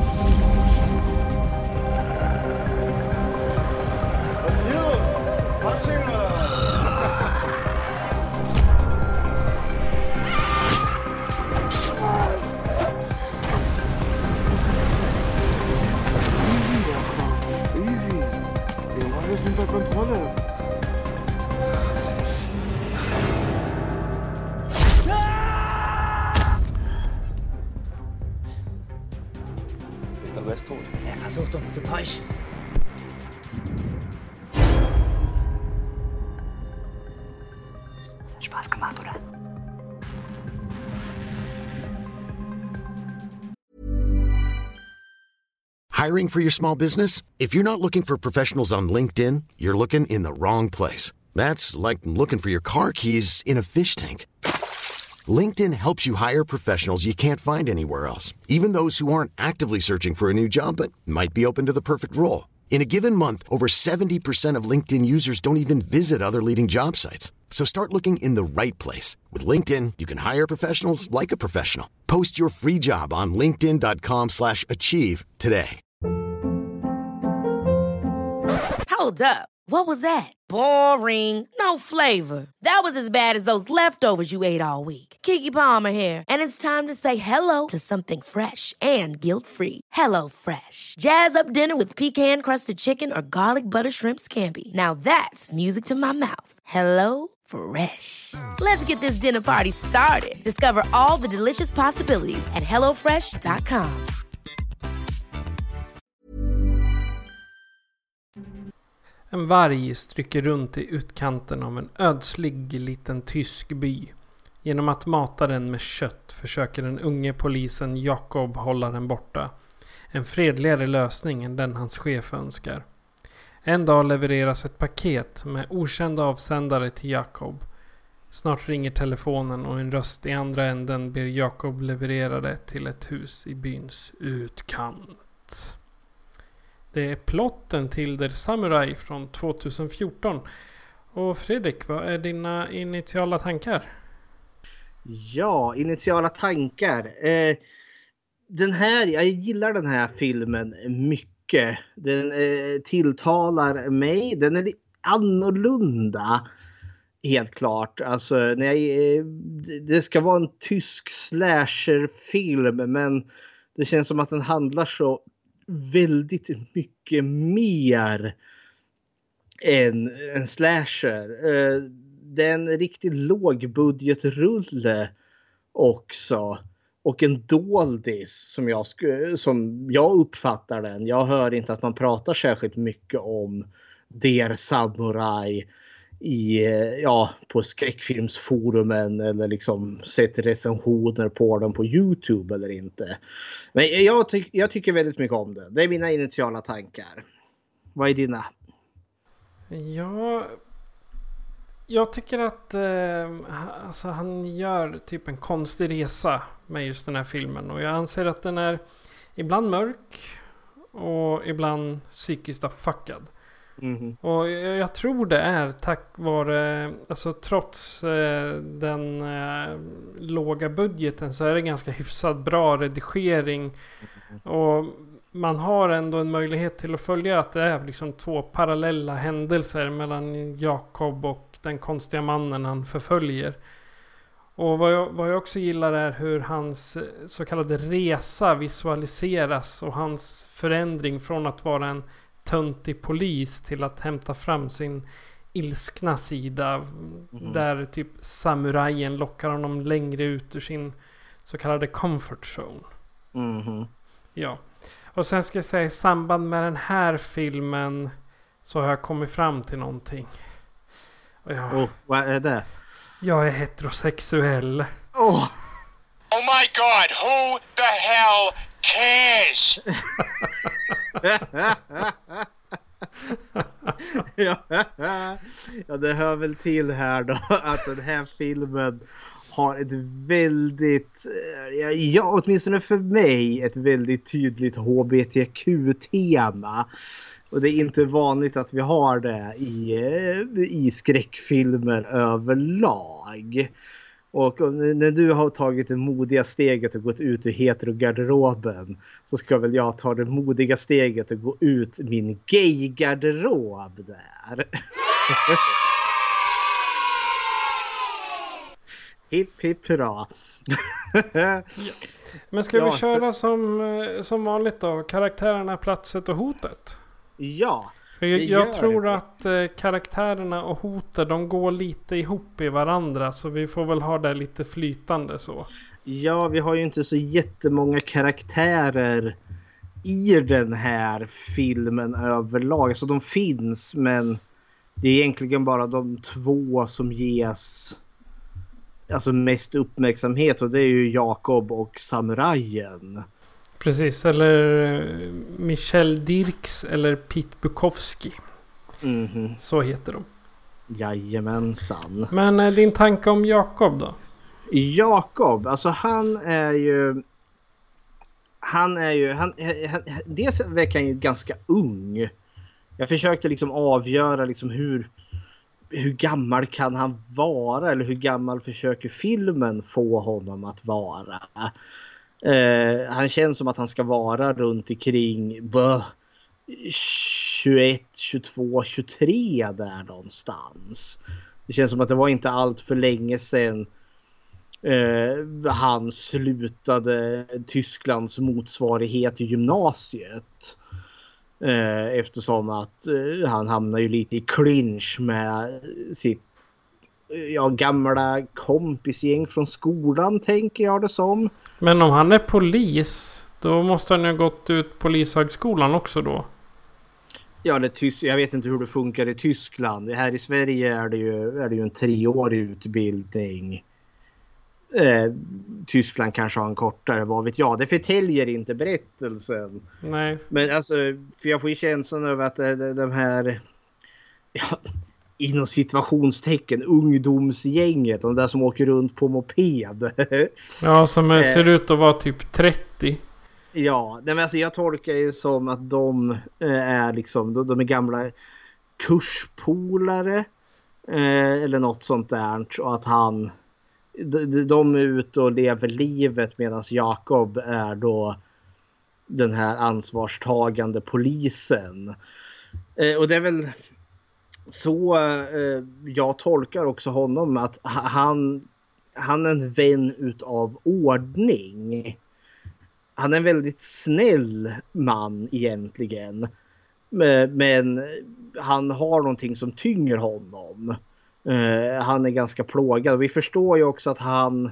Easy, wir haben alles unter Kontrolle. Er ist tot. Er versucht uns zu täuschen. Das hat Spaß gemacht, oder? Hiring for your small business? If you're not looking for professionals on LinkedIn, you're looking in the wrong place. That's like looking for your car keys in a fish tank. LinkedIn helps you hire professionals you can't find anywhere else, even those who aren't actively searching for a new job but might be open to the perfect role. In a given month, over seventy percent of LinkedIn users don't even visit other leading job sites. So start looking in the right place. With LinkedIn, you can hire professionals like a professional. Post your free job on linkedin dot com slash achieve today. Hold up. What was that? Boring. No flavor. That was as bad as those leftovers you ate all week. Keke Palmer here, and it's time to say hello to something fresh and guilt-free. Hello Fresh. Jazz up dinner with pecan-crusted chicken or garlic butter shrimp scampi. Now that's music to my mouth. Hello Fresh. Let's get this dinner party started. Discover all the delicious possibilities at hello fresh dot com. En varg stryker runt i utkanten av en ödslig liten tysk by. Genom att mata den med kött försöker den unge polisen Jakob hålla den borta. En fredligare lösning än den hans chef önskar. En dag levereras ett paket med okända avsändare till Jakob. Snart ringer telefonen och en röst i andra änden ber Jakob leverera det till ett hus i byns utkant. Det är plotten till Der Samurai från tjugohundrafjorton. Och Fredrik, vad är dina initiala tankar? Ja, initiala tankar. Eh, den här, jag gillar den här filmen mycket. Den eh, tilltalar mig. Den är lite annorlunda. Helt klart. Alltså, när jag, eh, det ska vara en tysk slasherfilm, men det känns som att den handlar så väldigt mycket mer än en slasher. Eh, det är en riktigt lågbudgetrulle också. Och en doldis som jag, som jag uppfattar den. Jag hör inte att man pratar särskilt mycket om Der Samurai i, ja, på skräckfilmsforumen eller liksom sett recensioner på den på YouTube eller inte. Men jag, ty- jag tycker väldigt mycket om det. Det är mina initiala tankar. Vad är dina? Ja, jag tycker att eh, alltså han gör typ en konstig resa med just den här filmen. Och jag anser att den är ibland mörk och ibland psykiskt uppfuckad. Mm-hmm. Och jag, jag tror det är tack vare, alltså trots eh, den eh, låga budgeten så är det ganska hyfsat bra redigering. Mm-hmm. Och man har ändå en möjlighet till att följa att det är liksom två parallella händelser mellan Jakob och den konstiga mannen han förföljer. Och vad jag, vad jag också gillar är hur hans så kallade resa visualiseras och hans förändring från att vara en töntig polis till att hämta fram sin ilskna sida. Mm. Där typ samurajen lockar honom längre ut ur sin så kallade comfort zone. Mm. Ja. Och sen ska jag säga i samband med den här filmen så har jag kommit fram till någonting. Och jag, oh, vad är det? Jag är heterosexuell. Oh. Oh my god, who the hell cares? ja, ja, det hör väl till här då att den här filmen har ett väldigt, ja, åtminstone för mig, ett väldigt tydligt H B T Q-tema. Och det är inte vanligt att vi har det i, i skräckfilmer överlag. Och när du har tagit det modiga steget och gått ut ur heterogarderoben så ska väl jag ta det modiga steget och gå ut min gay-garderob där. Hipp hipp hurra. Ja. Men ska ja, vi köra så... som, som vanligt då? Karaktärerna, platset och hotet? Ja. För jag jag tror det. att eh, karaktärerna och hotet, de går lite ihop i varandra. Så vi får väl ha det lite flytande så. Ja, vi har ju inte så jättemånga karaktärer i den här filmen överlag. Så de finns, men det är egentligen bara de två som ges alltså mest uppmärksamhet. Och det är ju Jakob och samurajen. Precis, eller Michel Dirks eller Pete Bukowski. Mm-hmm. Så heter de. Jajamensan. Men eh, din tanke om Jakob då? Jakob, alltså han är ju... Han är ju... Han, han, dels verkar han ju ganska ung. Jag försökte liksom avgöra liksom hur... Hur gammal kan han vara? Eller hur gammal försöker filmen få honom att vara? Eh, han känns som att han ska vara runt omkring bö, tjugoett, tjugotvå, tjugotre där någonstans. Det känns som att det var inte allt för länge sedan eh, han slutade Tysklands motsvarighet till gymnasiet. Eh, eftersom att eh, han hamnar ju lite i clinch med sitt ja, gamla kompisgäng från skolan, tänker jag det som. Men om han är polis, då måste han ju ha gått ut polishögskolan också då. Ja, det tysk- jag vet inte hur det funkar i Tyskland. Här i Sverige är det ju, är det ju en treårig utbildning. Eh, Tyskland kanske har en kortare, vad vet jag. Det förtäljer inte berättelsen. Nej. Men alltså, för jag får ju känslan över att de, de här... Ja, inom situationstecken ungdomsgänget, de där som åker runt på moped. Ja, som eh, ser ut att vara typ trettio. Ja, men alltså jag tolkar det som att de är liksom, de, de är gamla kurspolare eh, eller något sånt där, och att han de, de är ute och lever livet medan Jakob är då den här ansvarstagande polisen. Eh, och det är väl så eh, jag tolkar också honom, att han, han är en vän utav ordning. Han är en väldigt snäll man egentligen. Men han har någonting som tynger honom. Eh, han är ganska plågad. Vi förstår ju också att han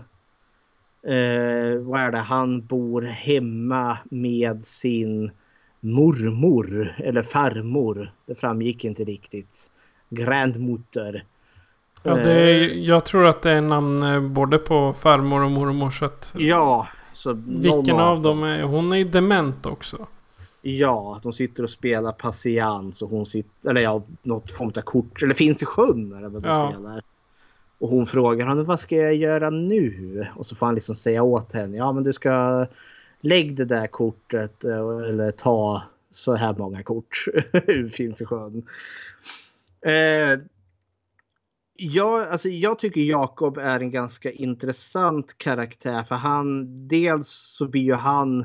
eh, vad är det? Han bor hemma med sin mormor eller farmor. Det framgick inte riktigt. Grandmoster. Ja, det är, jag tror att det är namn både på farmor och mormor. Så att, ja. Så vilken av, av dem är... Hon är ju dement också. Ja, de sitter och spelar patiens och hon sitter... Eller ja, något form av kort. Eller finns i sjön eller vad de ja. spelar. Och hon frågar honom, vad ska jag göra nu? Och så får han liksom säga åt henne, ja men du ska lägg det där kortet eller ta så här många kort. Finns i sjön. Eh, ja, alltså jag tycker Jakob är en ganska intressant karaktär, för han, dels så blir ju han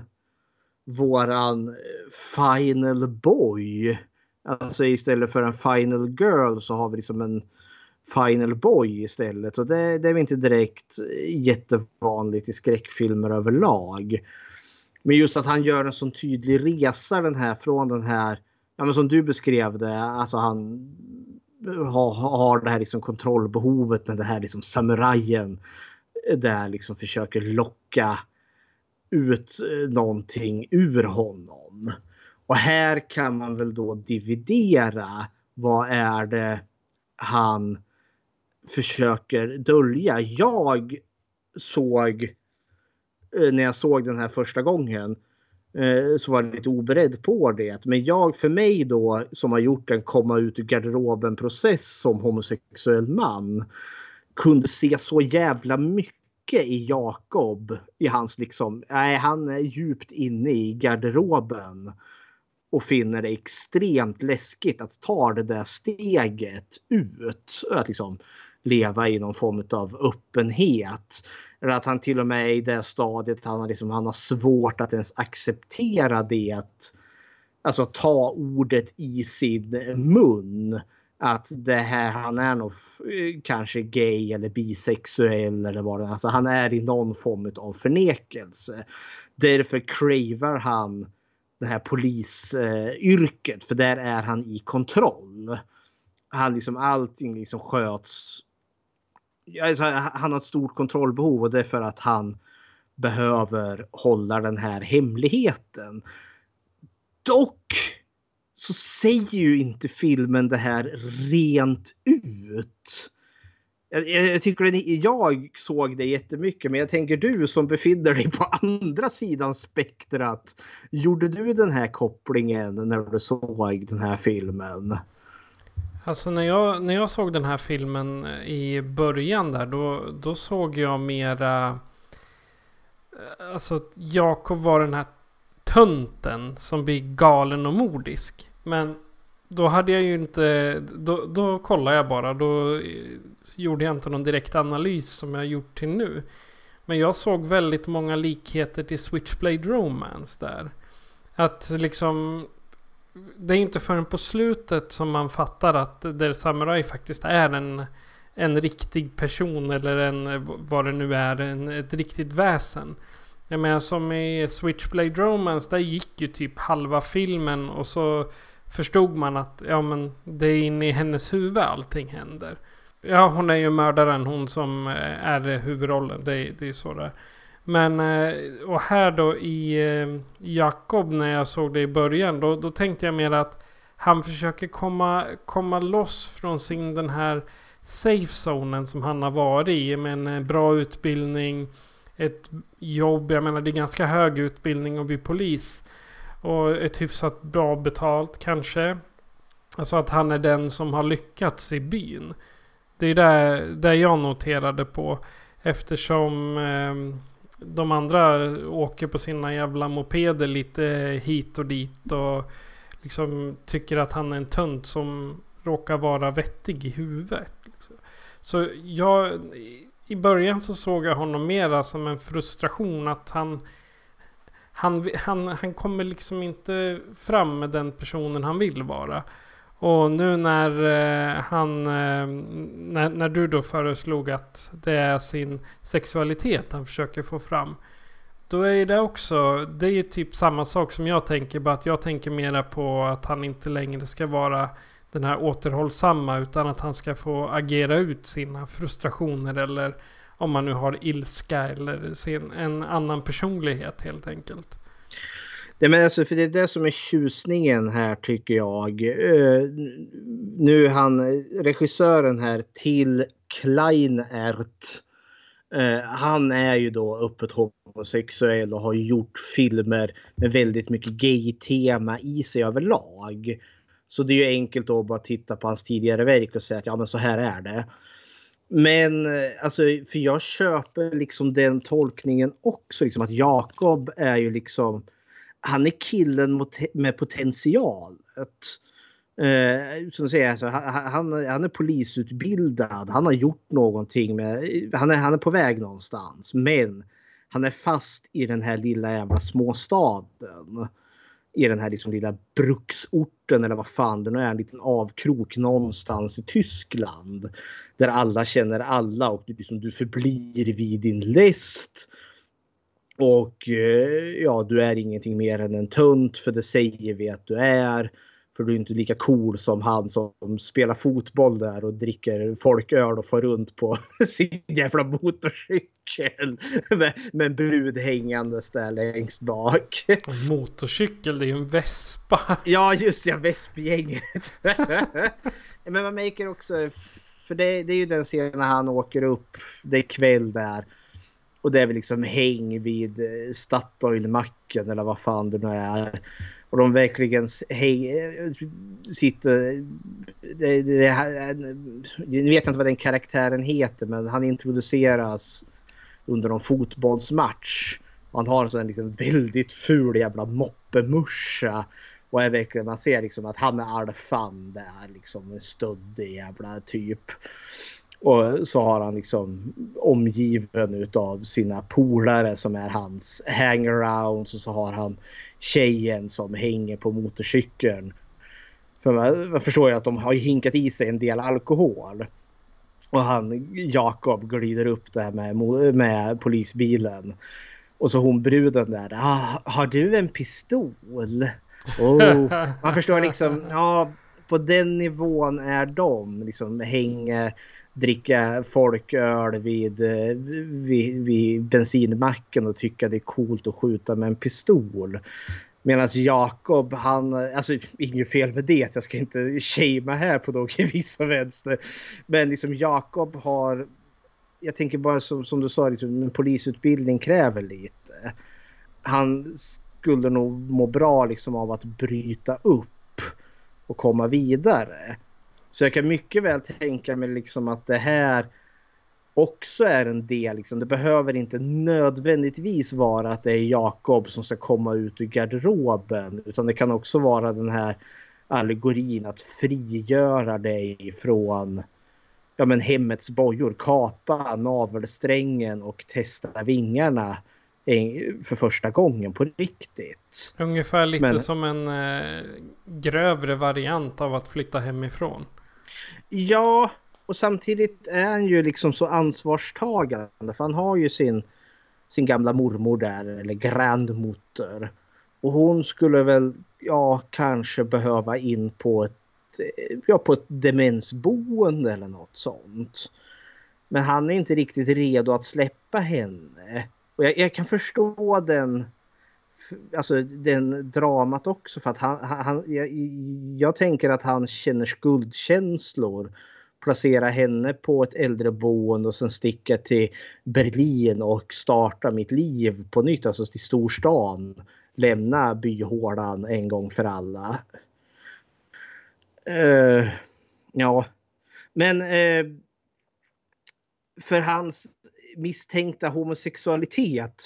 våran final boy. Alltså istället för en final girl så har vi liksom en final boy istället. Och det, det är inte direkt jättevanligt i skräckfilmer överlag. Men just att han gör en sån tydlig resa den här, från den här, ja men som du beskrev det, alltså han har, har det här liksom kontrollbehovet med det här liksom samurajen där liksom försöker locka ut någonting ur honom. Och här kan man väl då dividera, vad är det han försöker dölja. Jag såg, när jag såg den här första gången, så var jag lite oberedd på det. Men jag, för mig då, som har gjort en komma ut ur garderoben process som homosexuell man, kunde se så jävla mycket i Jakob, i hans liksom, nej, han är djupt inne i garderoben och finner det extremt läskigt att ta det där steget ut, att liksom leva i någon form av öppenhet. Eller att han till och med är i det stadiet han har, liksom, han har svårt att ens acceptera det. Alltså ta ordet i sin mun. Att det här, han är nog kanske gay eller bisexuell eller vad det är. Alltså han är i någon form av förnekelse. Därför cravar han det här polisyrket. För där är han i kontroll. Han liksom, allting liksom sköts. Alltså, han har ett stort kontrollbehov, och det är för att han behöver hålla den här hemligheten. Dock så säger ju inte filmen det här rent ut. Jag, jag tycker att jag såg det jättemycket, men jag tänker du som befinner dig på andra sidan spektrat, gjorde du den här kopplingen när du såg den här filmen? Alltså när jag, när jag såg den här filmen i början där, då, då såg jag mera... Alltså Jakob var den här tönten som blir galen och mordisk. Men då hade jag ju inte... Då, då kollade jag bara. Då gjorde jag inte någon direkt analys som jag har gjort till nu. Men jag såg väldigt många likheter till Switchblade Romance där. Att liksom... Det är inte förrän på slutet som man fattar att Der Samurai faktiskt är en, en riktig person. Eller en, vad det nu är, en, ett riktigt väsen. Jag menar som i Switchblade Romance, där gick ju typ halva filmen och så förstod man att ja, men det är inne i hennes huvud allting händer. Ja, hon är ju mördaren, hon som är huvudrollen, det, det är så där. Men, och här då i Jakob, när jag såg det i början, då, då tänkte jag mer att han försöker komma, komma loss från sin den här safe zonen som han har varit i, med en bra utbildning, ett jobb, jag menar det är ganska hög utbildning att bli polis och ett hyfsat bra betalt kanske. Alltså att han är den som har lyckats i byn. Det är där, där jag noterade på, eftersom eh, de andra åker på sina jävla mopeder lite hit och dit och liksom tycker att han är en tönt som råkar vara vettig i huvudet. Så jag... I början så såg jag honom mera som en frustration att han, han, han, han kommer liksom inte fram med den personen han vill vara. Och nu när eh, han eh, när, när du då föreslog att det är sin sexualitet han försöker få fram, då är det också, det är ju typ samma sak som jag tänker, bara att jag tänker mera på att han inte längre ska vara den här återhållsamma, utan att han ska få agera ut sina frustrationer, eller om man nu har ilska eller sin, en annan personlighet helt enkelt. Det, men alltså, för det är det som är tjusningen här tycker jag. Uh, nu han, regissören här till Kleinert, uh, han är ju då öppet homosexuell och har gjort filmer med väldigt mycket gay-tema i sig överlag. Så det är ju enkelt att bara titta på hans tidigare verk och säga att ja, men så här är det. Men alltså, för jag köper liksom den tolkningen också, liksom att Jakob är ju liksom, han är killen med potential. Eh, som säger, alltså, han, han är polisutbildad, han har gjort någonting med, han är, han är på väg någonstans, men han är fast i den här lilla jävla småstaden. I den här liksom lilla bruksorten eller vad fan det nu är, en liten avkrok någonstans i Tyskland. Där alla känner alla och du, liksom, du förblir vid din läst. Och ja, du är ingenting mer än en tunt, för det säger vi att du är. För du är inte lika cool som han som spelar fotboll där och dricker folköl och får runt på sin jävla motorcykel med, med en brud hängandes där längst bak. En motorcykel, det är ju en vespa. Ja, just ja, vespgänget. Men man märker också, för det, det är ju den scenen när han åker upp, det är kväll där. Och det är väl liksom häng vid Statoil-macken eller vad fan det nu är. Och de verkligen hej, sitter... Det, det, jag vet inte vad den karaktären heter, men han introduceras under en fotbollsmatch. Och han har en sån liksom väldigt ful jävla moppemuscha. Och är verkligen, man ser liksom att han är alfan där, liksom en stöddig jävla typ. Och så har han liksom omgiven utav sina polare som är hans hangarounds, och så har han tjejen som hänger på motorcykeln. För man, man förstår ju att de har hinkat i sig en del alkohol. Och han, Jakob, glider upp där med, med polisbilen. Och så hon bruden där, ah, har du en pistol? Oh. Man förstår liksom, ja, på den nivån är de liksom hänger, dricka folköl vid, vid, vid bensinmacken och tycka det är coolt att skjuta med en pistol. Medan Jakob, han, alltså inget fel med det, jag ska inte shama här på något vissa vänster. Men liksom Jakob har, jag tänker bara som, som du sa, liksom, en polisutbildning kräver lite. Han skulle nog må bra liksom av att bryta upp och komma vidare. Så jag kan mycket väl tänka mig liksom att det här också är en del. Liksom. Det behöver inte nödvändigtvis vara att det är Jakob som ska komma ut ur garderoben. Utan det kan också vara den här allegorin att frigöra dig från ja, men hemmets bojor. Kapa navelsträngen och testa vingarna för första gången på riktigt. Ungefär lite men, som en eh, grövre variant av att flytta hemifrån. Ja, och samtidigt är han ju liksom så ansvarstagande. För han har ju sin, sin gamla mormor där, eller grandmotter. Och hon skulle väl, ja, kanske behöva in på ett, ja, på ett demensboende eller något sånt. Men han är inte riktigt redo att släppa henne. Och jag, jag kan förstå den, alltså den dramat också. För att han, han, jag, jag tänker att han känner skuldkänslor. Placera henne på ett äldreboende och sen sticka till Berlin och starta mitt liv på nytt. Alltså till storstan. Lämna byhålan en gång för alla. Uh, ja. Men uh, för hans misstänkta homosexualitet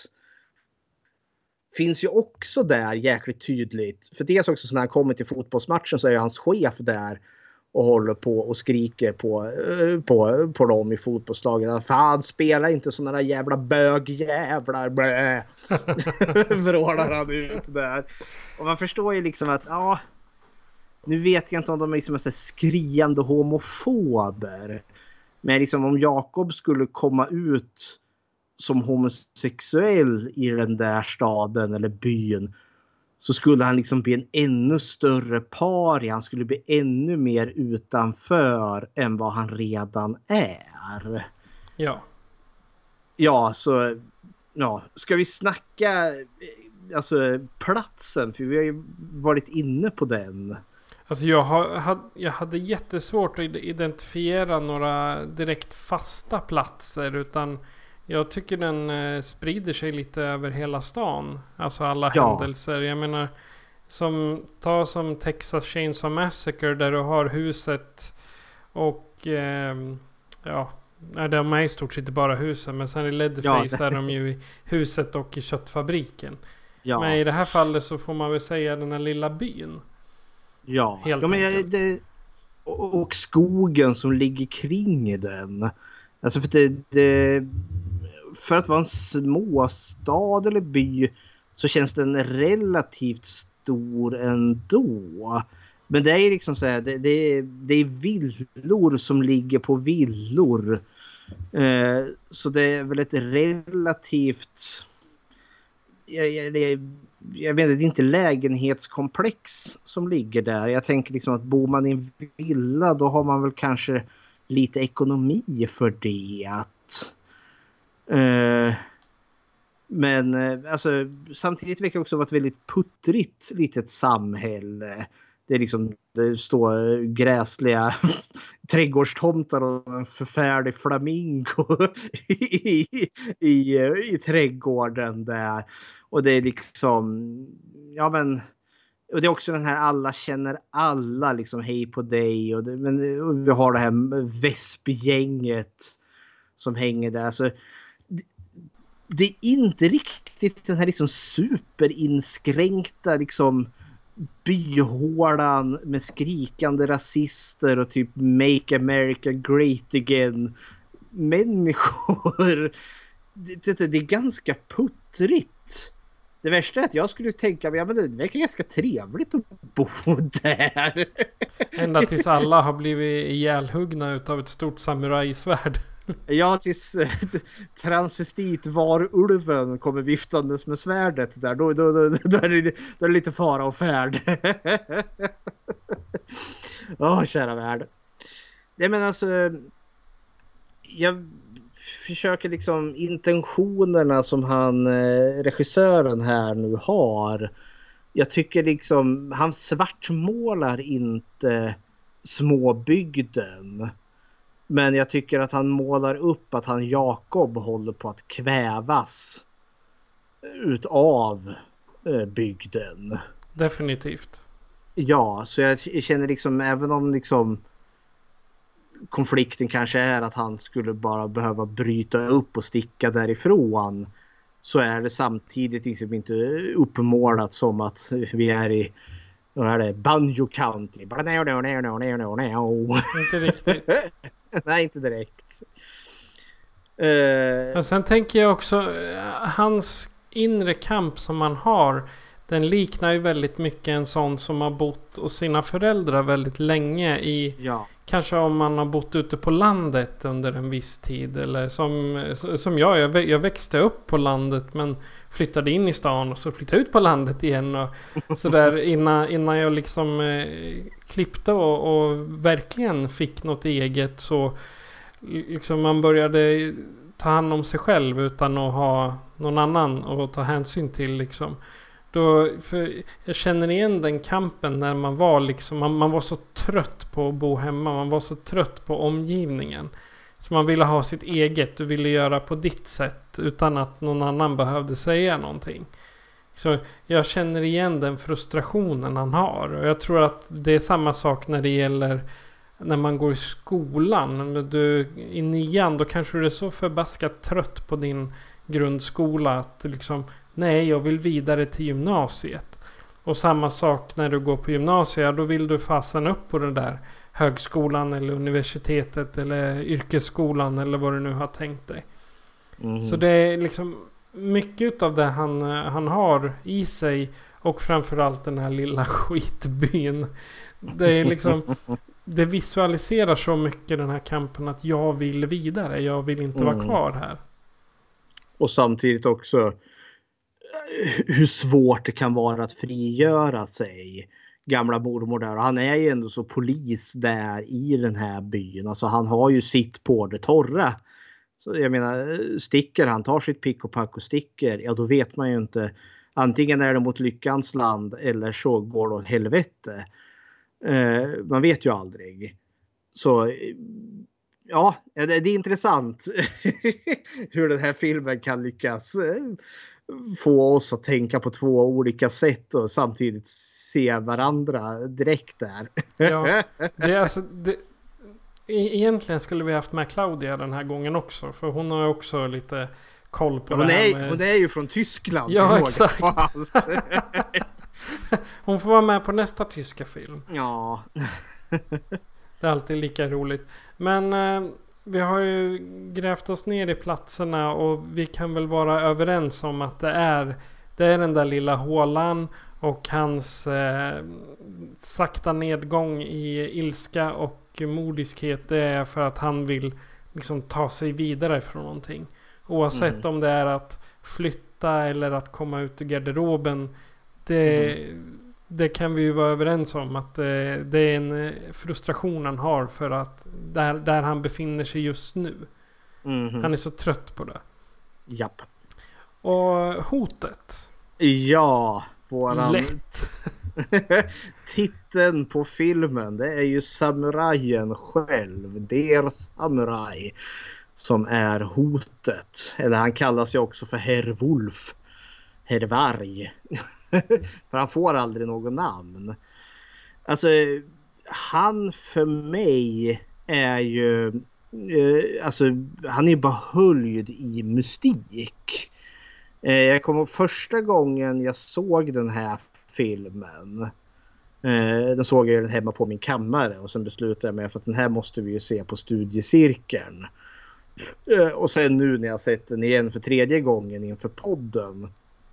finns ju också där jäkligt tydligt. För dels också så när han kommer till fotbollsmatchen så är hans chef där och håller på och skriker på, på, på dem i fotbollslaget. Fan, spela inte såna där jävla bögjävlar. Vrålar han ut där. Och man förstår ju liksom att ja, nu vet jag inte om de är liksom så skriande homofober. Men liksom om Jakob skulle komma ut som homosexuell i den där staden eller byn så skulle han liksom bli en ännu större paria. Han skulle bli ännu mer utanför än vad han redan är. Ja. Ja, så ja, ska vi snacka alltså platsen, för vi har ju varit inne på den. Alltså jag, har, jag hade jättesvårt att identifiera några direkt fasta platser, utan jag tycker den eh, sprider sig lite över hela stan. Alltså alla ja. händelser. Jag menar, som, ta som Texas Chainsaw Massacre där du har huset och eh, ja, de är i stort sett bara husen. Men sen i Leatherface ja, är de ju i huset och i köttfabriken. Ja. Men i det här fallet så får man väl säga den här lilla byn. Ja, helt ja men jag, det, och skogen som ligger kring den. Alltså för det, det för att vara en småstad eller by så känns den relativt stor ändå. Men det är liksom så här, det, det, det är villor som ligger på villor. Eh, så det är väl ett relativt jag, jag, jag vet inte, det är inte lägenhetskomplex som ligger där. Jag tänker liksom att bor man i en villa då har man väl kanske lite ekonomi för det. Att, eh, men eh, alltså, samtidigt verkar det också vara ett väldigt puttrigt litet samhälle. Det är liksom, det står gräsliga trädgårdstomtar och en förfärlig flamingo i, i, i trädgården där. Och det är liksom, ja men, och det är också den här alla känner alla, liksom hej på dig. Och, det, men, och vi har det här väspgänget som hänger där. Alltså, det, det är inte riktigt den här liksom superinskränkta liksom byhålan med skrikande rasister och typ Make America Great Again människor. Det, det, det är ganska puttrigt. Det värsta är att jag skulle tänka mig, ja, men det verkar ganska trevligt att bo där. Ända tills alla har blivit ihjälhuggna utav ett stort samurajsvärd. Ja, tills äh, transvestitvarulven kommer viftandes med svärdet där. Då, då, då, då, är, det, då är det lite fara och färd. Åh, oh, kära värld. Nej, men alltså, jag försöker liksom intentionerna som han, regissören här nu har. Jag tycker liksom, han svartmålar inte småbygden. Men jag tycker att han målar upp att han Jakob håller på att kvävas utav bygden. Definitivt. Ja, så jag känner liksom, även om liksom konflikten kanske är att han skulle bara behöva bryta upp och sticka därifrån, så är det samtidigt liksom inte uppmålat som att vi är i, vad är det, Banjo County. Inte riktigt. Nej, inte direkt. Uh, och sen tänker jag också, hans inre kamp som man har, den liknar ju väldigt mycket en sån som har bott hos sina föräldrar väldigt länge i, ja. Kanske om man har bott ute på landet under en viss tid, eller som, som jag, jag, jag växte upp på landet men flyttade in i stan och så flyttade ut på landet igen och sådär innan, innan jag liksom eh, klippte och, och verkligen fick något eget, så liksom man började ta hand om sig själv utan att ha någon annan att ta hänsyn till liksom. Då, för jag känner igen den kampen när man var liksom, man, man var så trött på att bo hemma, man var så trött på omgivningen. Så man ville ha sitt eget, du ville göra på ditt sätt utan att någon annan behövde säga någonting. Så jag känner igen den frustrationen han har, och jag tror att det är samma sak när det gäller när man går i skolan. Du, i nian, då kanske du är så förbaskat trött på din grundskola att liksom, nej, jag vill vidare till gymnasiet. Och samma sak när du går på gymnasiet, då vill du fasen upp på den där högskolan eller universitetet eller yrkesskolan eller vad du nu har tänkt dig. Mm. Så det är liksom mycket av det han, han har i sig, och framförallt den här lilla skitbyn. Det är liksom det visualiserar så mycket den här kampen att jag vill vidare, jag vill inte mm. vara kvar här. Och samtidigt också hur svårt det kan vara att frigöra sig. Gamla mormor där, och han är ju ändå så polis där i den här byn. Alltså han har ju sitt på det torra. Så jag menar, sticker han, tar sitt pick och pack och sticker, ja då vet man ju inte. Antingen är det mot lyckans land eller så går det åt helvete. Eh, man vet ju aldrig. Så ja, det är intressant hur den här filmen kan lyckas få oss att tänka på två olika sätt och samtidigt se varandra direkt där. Ja, det är alltså, det, egentligen skulle vi haft med Claudia den här gången också, för hon har också lite koll på ja, det hon här är, med... hon är ju från Tyskland. Ja, exakt. Hon får vara med på nästa tyska film. Ja. Det är alltid lika roligt. Men eh, vi har ju grävt oss ner i platserna, och vi kan väl vara överens om att det är, det är den där lilla hålan och hans eh, sakta nedgång i ilska och modiskhet. Det är för att han vill liksom ta sig vidare från någonting. Oavsett mm. om det är att flytta eller att komma ut ur garderoben. Det, mm. det kan vi ju vara överens om att det, det är en frustration han har för att där, där han befinner sig just nu. Mm. Han är så trött på det. Japp. Och hotet. Ja, våran... Lätt. Titeln på filmen, det är ju samurajen själv. Der Samurai. Som är hotet. Eller han kallas ju också för Herr Wolf. Herr Varg. För han får aldrig något namn. Alltså han för mig är ju eh, alltså han är bara höljd i mystik. Eh, jag kommer ihåg första gången jag såg den här filmen. Eh, den såg jag hemma på min kammare, och sen beslutade jag mig för att den här måste vi ju se på studiecirkeln. Eh, och sen nu när jag sett den igen för tredje gången inför podden,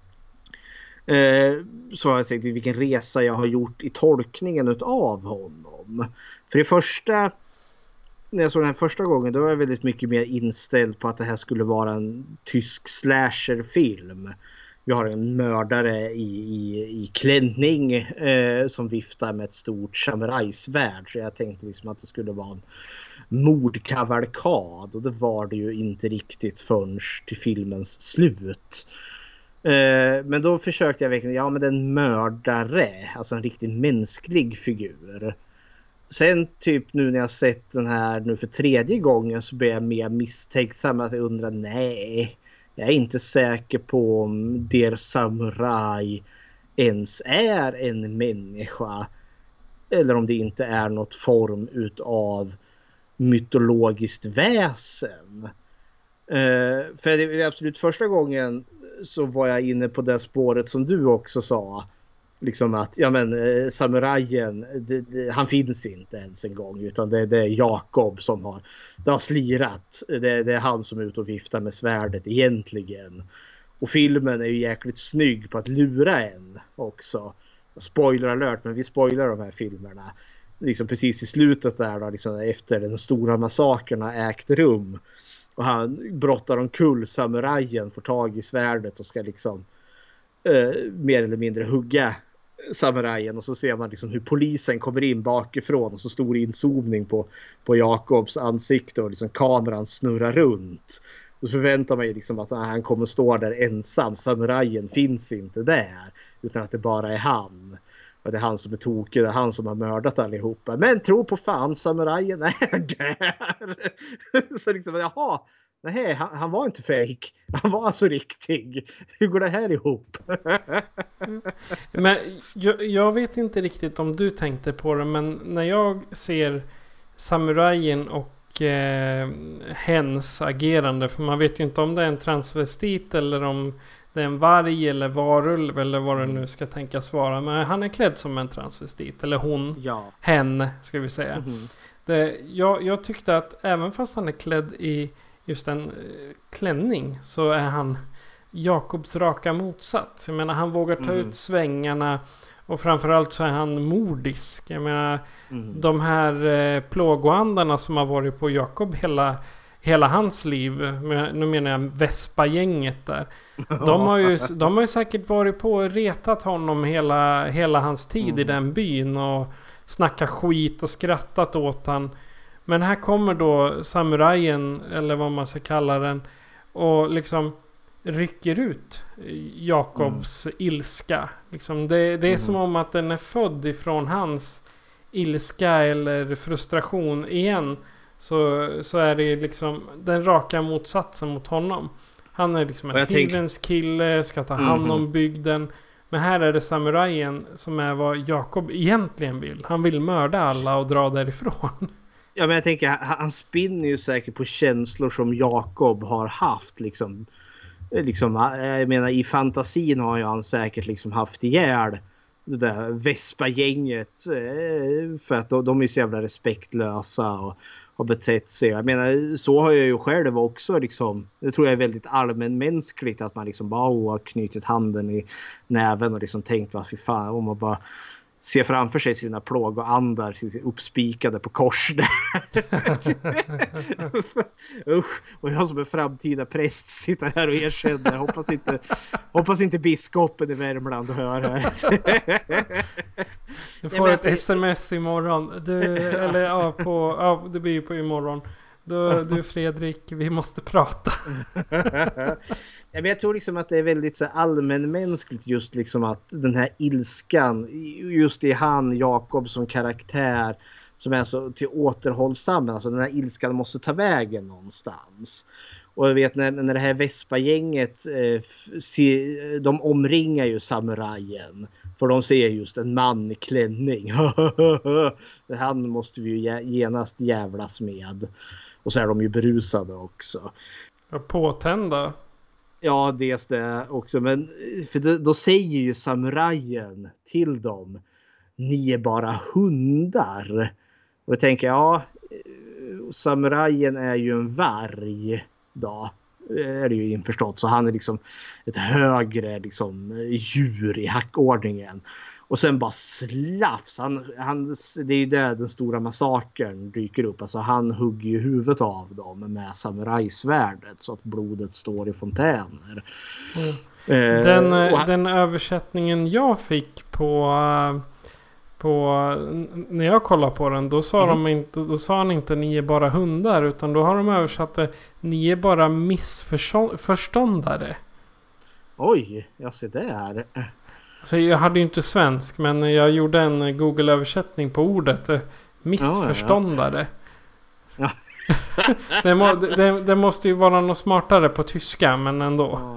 Eh, så har jag tänkt vilken resa jag har gjort i tolkningen av honom. För det första, när jag såg den här första gången, då var jag väldigt mycket mer inställd på att det här skulle vara en tysk slasherfilm. Vi har en mördare i, i, i klänning eh, som viftar med ett stort samurajsvärd. Så jag tänkte liksom att det skulle vara en mordkavalkad, och det var det ju inte riktigt förrän till filmens slut. Men då försökte jag verkligen, ja men den mördare, alltså en riktigt mänsklig figur. Sen typ nu när jag sett den här nu för tredje gången, så blir jag mer misstänksam att jag undrar, nej, jag är inte säker på om Der Samurai ens är en människa. Eller om det inte är något form utav mytologiskt väsen. Uh, för det är absolut första gången så var jag inne på det spåret som du också sa. Liksom att ja men eh, samurajen det, det, han finns inte ens en gång, utan det, det är Jakob som har det har slirat. Det, det är han som är ute och viftar med svärdet egentligen. Och filmen är ju jäkligt snygg på att lura en också. Spoiler alert, men vi spoilar de här filmerna. Liksom precis i slutet där då, liksom efter den stora massakern har ägt rum. Och han brottar omkull samurajen, får tag i svärdet och ska liksom eh, mer eller mindre hugga samurajen. Och så ser man liksom hur polisen kommer in bakifrån och så stor inzoomning på, på Jakobs ansikte och liksom kameran snurrar runt. Och så förväntar man ju liksom att han kommer stå där ensam. Samurajen finns inte där, utan att det bara är han. Och det är han som är tokig, det är han som har mördat allihopa. Men tro på fan, samurajen är där. Så liksom, jaha, nej, han, han var inte fake. Han var alltså riktig. Hur går det här ihop? Men jag, jag vet inte riktigt om du tänkte på det, men när jag ser samurajen och eh, hens agerande, för man vet ju inte om det är en transvestit eller om det är en varg eller varulv eller vad det nu ska tänkas vara. Men han är klädd som en transvestit. Eller hon. Ja. Hen ska vi säga. Mm-hmm. Det, jag, jag tyckte att även fast han är klädd i just en eh, klänning, så är han Jakobs raka motsats. Jag menar, han vågar ta mm. ut svängarna. Och framförallt så är han mordisk. Jag menar, mm. de här eh, plågoandarna som har varit på Jakob hela... hela hans liv, nu menar jag Vespa-gänget där. De har ju, de har ju säkert varit på och retat honom hela, hela hans tid mm. i den byn och snackat skit och skrattat åt han. Men här kommer då samurajen, eller vad man ska kalla den, och liksom rycker ut Jakobs mm. ilska. Liksom det, det är mm. som om att den är född ifrån hans ilska eller frustration igen. Så, så är det liksom den raka motsatsen mot honom. Han är liksom en hyvens kille, ska ta hand om mm-hmm. bygden. Men här är det samurajen som är vad Jakob egentligen vill. Han vill mörda alla och dra därifrån. Ja, men jag tänker, han spinner ju säkert på känslor som Jakob har haft. Liksom, liksom, jag menar, i fantasin har han säkert liksom haft ihjäl det där Vespa-gänget. För att de, de är så jävla respektlösa och har betett sig. Jag menar, så har jag ju själv också liksom, det tror jag är väldigt allmänmänskligt att man liksom bara oh, har knutit handen i näven och liksom tänkt vad fy fan, om man bara ser framför sig sina plåg och andar uppspikade på kors där. Usch, och jag som en framtida präst sitter här och erkänner. Hoppas inte, hoppas inte biskopen i Värmland hör här. Du får ett sms imorgon. Du, eller ja, på, ja, det blir ju på imorgon. Du, du Fredrik, vi måste prata. Ja, men jag tror liksom att det är väldigt så allmänmänskligt just liksom att den här ilskan, just i han Jakob som karaktär som är så till återhållsam, alltså den här ilskan måste ta vägen någonstans. Och jag vet när, när det här Vespa-gänget eh, se, de omringar ju samurajen. För de ser just en man i klänning. Han måste vi ju genast jävlas med. Och så är de ju berusade också. Och påtända. Ja, dels det också. Men för då, då säger ju samurajen till dem: ni är bara hundar. Och jag tänker, ja, samurajen är ju en varg då. Är det ju införstått. Så han är liksom ett högre liksom, djur i hackordningen. Och sen bara slafs. Han, han, det är ju där den stora massakern dyker upp. Alltså han hugger ju huvudet av dem med samurajsvärdet så att blodet står i fontäner. Mm. Eh, den, han, den översättningen jag fick på... På, när jag kollade på den, då sa, mm. de inte, då sa han inte ni är bara hundar, utan då har de översatt det, ni är bara missförståndare. Oj, jag ser det här. Så jag hade ju inte svensk, men jag gjorde en Google-översättning på ordet missförståndare. Ja, ja. det, må, det, det måste ju vara något smartare på tyska, men ändå.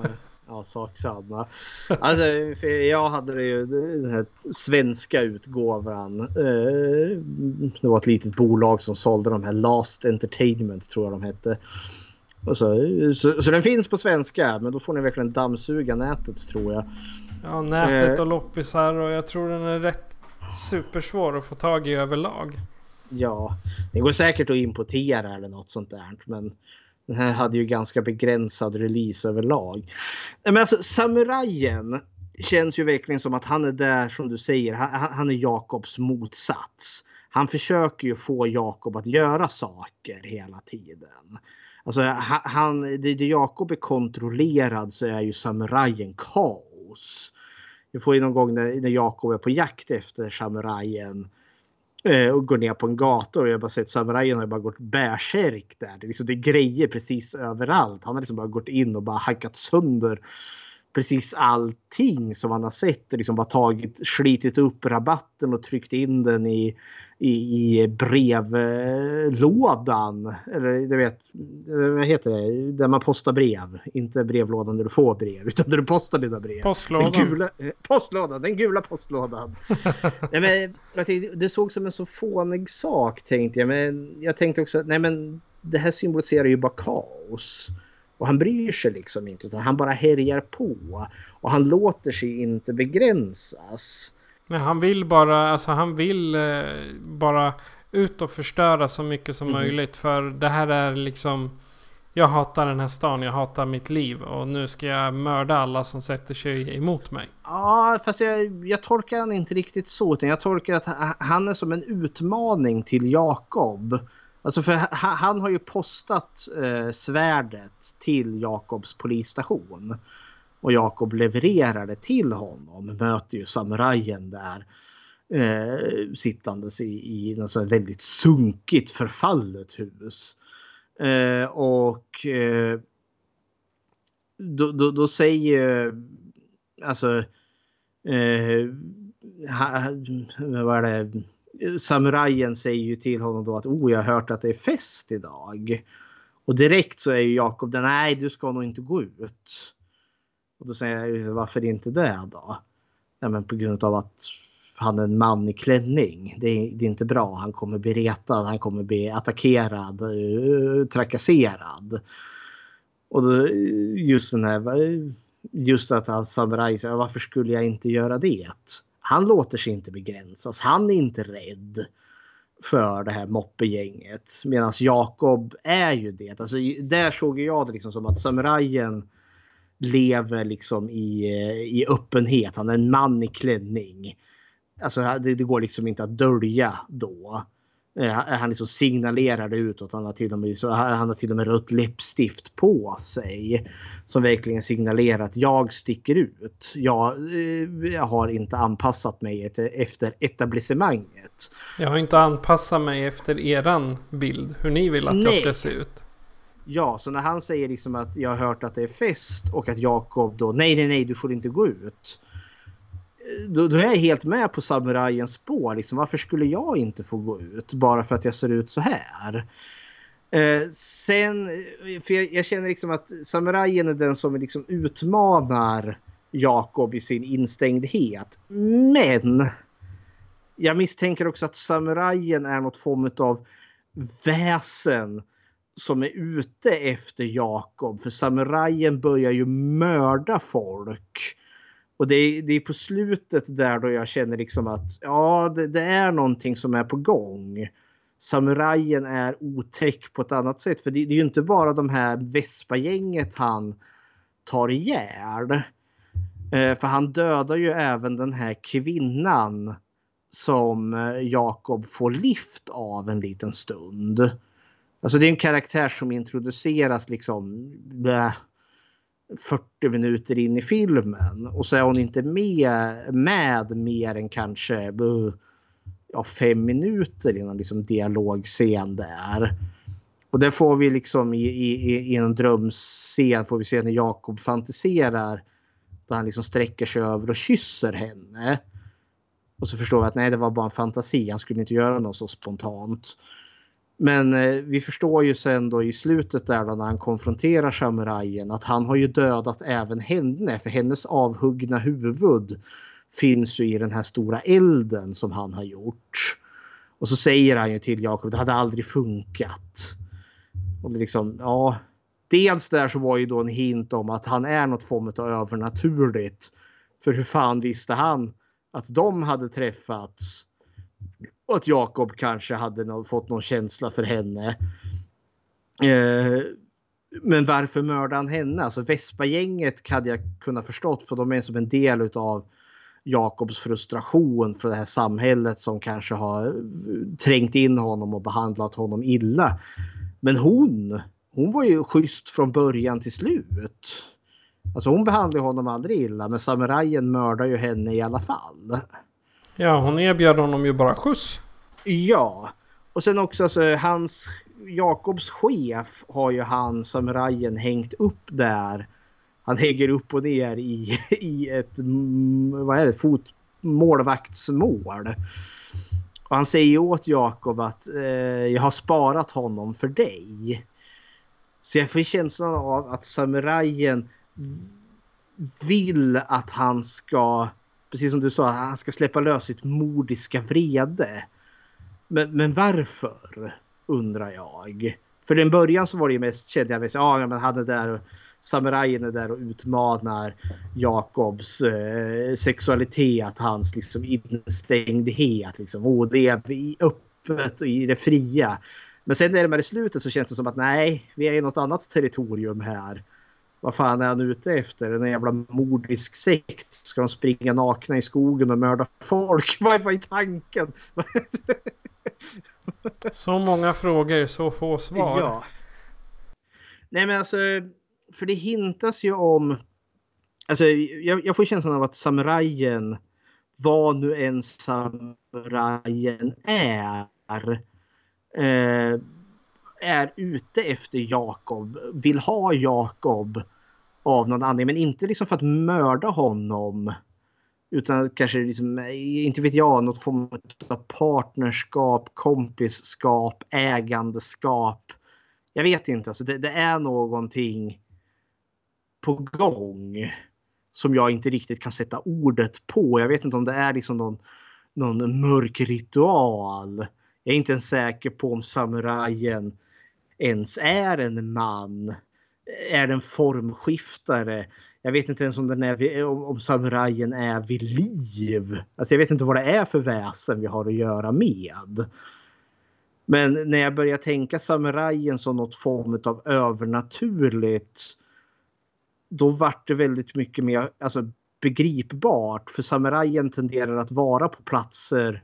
Ja, sak samma. Alltså, för jag hade det ju den här svenska utgåvan. Eh, det var ett litet bolag som sålde de här Last Entertainment, tror jag de hette. Och så, så, så den finns på svenska, men då får ni verkligen dammsuga nätet, tror jag. Ja, nätet och loppisar, och jag tror den är rätt supersvår att få tag i överlag. Ja, det går säkert att importera eller något sånt där, men den här hade ju ganska begränsad release överlag. Men alltså, samurajen känns ju verkligen som att han är där, som du säger, han, han är Jakobs motsats. Han försöker ju få Jakob att göra saker hela tiden. Alltså, han, det, det Jakob är kontrollerad, så är ju samurajen kaos. Vi får ju någon gång när, när Jakob är på jakt efter samurajen eh, och går ner på en gata, och jag har bara sett samurajen har bara gått bärsärk där. Det är, liksom, det är grejer precis överallt. Han har liksom bara gått in och bara hackat sönder precis allting som han har sett. Liksom bara tagit, slitit upp rabatten och tryckt in den i i, i brevlådan, eller du vet, vad heter det, där man postar brev, inte brevlådan där du får brev, utan där du postar dina brev. Postlådan. Den gula, postlådan, den gula postlådan. Nej, men jag tänkte, det såg som en så fånig sak, tänkte jag, men jag tänkte också, nej men det här symboliserar ju bara kaos. Och han bryr sig liksom inte, utan han bara härjar på, och han låter sig inte begränsas. Men han vill bara, alltså han vill eh, bara ut och förstöra så mycket som mm. möjligt. För det här är liksom, jag hatar den här stan, jag hatar mitt liv. Och nu ska jag mörda alla som sätter sig emot mig. Ja, fast jag, jag tolkar han inte riktigt så. Utan jag tolkar att han är som en utmaning till Jakob. Alltså för han har ju postat eh, svärdet till Jakobs polisstation. Och Jakob levererar det till honom. Möter ju samurajen där. Eh, sittandes i, i något så väldigt sunkigt förfallet hus. Eh, och eh, då, då, då säger alltså eh, ha, vad är det? Samurajen säger ju till honom då att oh, jag har hört att det är fest idag. Och direkt så är ju Jakob där, nej du ska nog inte gå ut. Och då säger jag, varför inte det då? Ja, men på grund av att han är en man i klänning. Det är, det är inte bra. Han kommer bli retad. Han kommer bli attackerad. Trakasserad. Och då, just den här, just att han samuraj säger, varför skulle jag inte göra det? Han låter sig inte begränsas. Han är inte rädd för det här moppegänget. Medan Jakob är ju det. Alltså, där såg jag det liksom som att samurajen lever liksom i, i öppenhet. Han är en man i klänning. Alltså det, det går liksom inte att dölja då. Han liksom signalerar det utåt. Han har till och med, så han har till och med rött läppstift på sig. Som verkligen signalerar att jag sticker ut. Jag, jag har inte anpassat mig efter etablissemanget. Jag har inte anpassat mig efter eran bild. Hur ni vill att Nej. jag ska se ut. Ja, så när han säger liksom att jag har hört att det är fest och att Jakob då, nej, nej, nej, du får inte gå ut. Då, då är jag helt med på samurajens spår. Liksom, varför skulle jag inte få gå ut bara för att jag ser ut så här? Eh, sen, för jag, jag känner liksom att samurajen är den som liksom utmanar Jakob i sin instängdhet. Men jag misstänker också att samurajen är något form av väsen som är ute efter Jakob. För samurajen börjar ju mörda folk. Och det är, det är på slutet där då jag känner liksom att ja, det, det är någonting som är på gång. Samurajen är otäck på ett annat sätt. För det, det är ju inte bara de här Vespa-gänget han tar ihjäl. Eh, för han dödar ju även den här kvinnan som Jakob får lift av en liten stund. Alltså det är en karaktär som introduceras liksom blä, fyrtio minuter in i filmen. Och så är hon inte med, med mer än kanske blä, ja, fem minuter i någon liksom dialogscen där. Och där får vi liksom i, i, i en drömscen får vi se när Jakob fantiserar. Då han liksom sträcker sig över och kysser henne. Och så förstår vi att nej, det var bara en fantasi. Han skulle inte göra något så spontant. Men eh, vi förstår ju sen då i slutet där då när han konfronterar samurajen att han har ju dödat även henne. För hennes avhuggna huvud finns ju i den här stora elden som han har gjort. Och så säger han ju till Jakob, det hade aldrig funkat. Och det liksom, ja. Dels där så var ju då en hint om att han är något form av övernaturligt. För hur fan visste han att de hade träffats? Och att Jakob kanske hade no- fått någon känsla för henne. Eh, men varför mördade han henne? Alltså Vespa-gänget hade jag kunnat förstått. För de är som en del av Jakobs frustration för det här samhället som kanske har trängt in honom och behandlat honom illa. Men hon, hon var ju schysst från början till slut. Alltså hon behandlade honom aldrig illa, men samurajen mördar ju henne i alla fall. Ja, hon erbjöd honom ju bara skjuts. Ja, och sen också alltså, hans, Jakobs chef har ju han samurajen hängt upp där. Han hänger upp och ner i, i ett vad är det, fot, målvaktsmål. Och han säger åt Jakob att eh, jag har sparat honom för dig. Så jag får känslan av att samurajen vill att han ska, precis som du sa, han ska släppa lös sitt mordiska vrede. Men, men varför, undrar jag. För den början så var det ju mest, kände jag mest, ja men han är där, samurajen är där och utmanar Jakobs eh, sexualitet, hans liksom instängdhet, liksom, och det är öppet och i det fria. Men sen när det med det slutet så känns det som att nej, vi är i något annat territorium här. Vad fan är han ute efter? En jävla mordisk sekt. Ska de springa nakna i skogen och mörda folk? Vad är tanken? Så många frågor, så få svar. Ja. Nej men alltså, för det hintas ju om, alltså jag, jag får känslan av att samurajen, vad nu en samurajen är, eh, är ute efter Jakob, vill ha Jakob av någon anledning, men inte liksom för att mörda honom, utan kanske liksom, inte vet jag, något form av partnerskap, kompisskap, ägandeskap. Jag vet inte, alltså det, det är någonting på gång som jag inte riktigt kan sätta ordet på. Jag vet inte om det är liksom någon, någon mörk ritual. Jag är inte ens säker på om samurajen ens är en man. Är den formskiftare? Jag vet inte ens om, den är, om, om samurajen är vid liv. Alltså jag vet inte vad det är för väsen vi har att göra med. Men när jag börjar tänka samurajen som något form av övernaturligt, då vart det väldigt mycket mer alltså, begripbart. För samurajen tenderar att vara på platser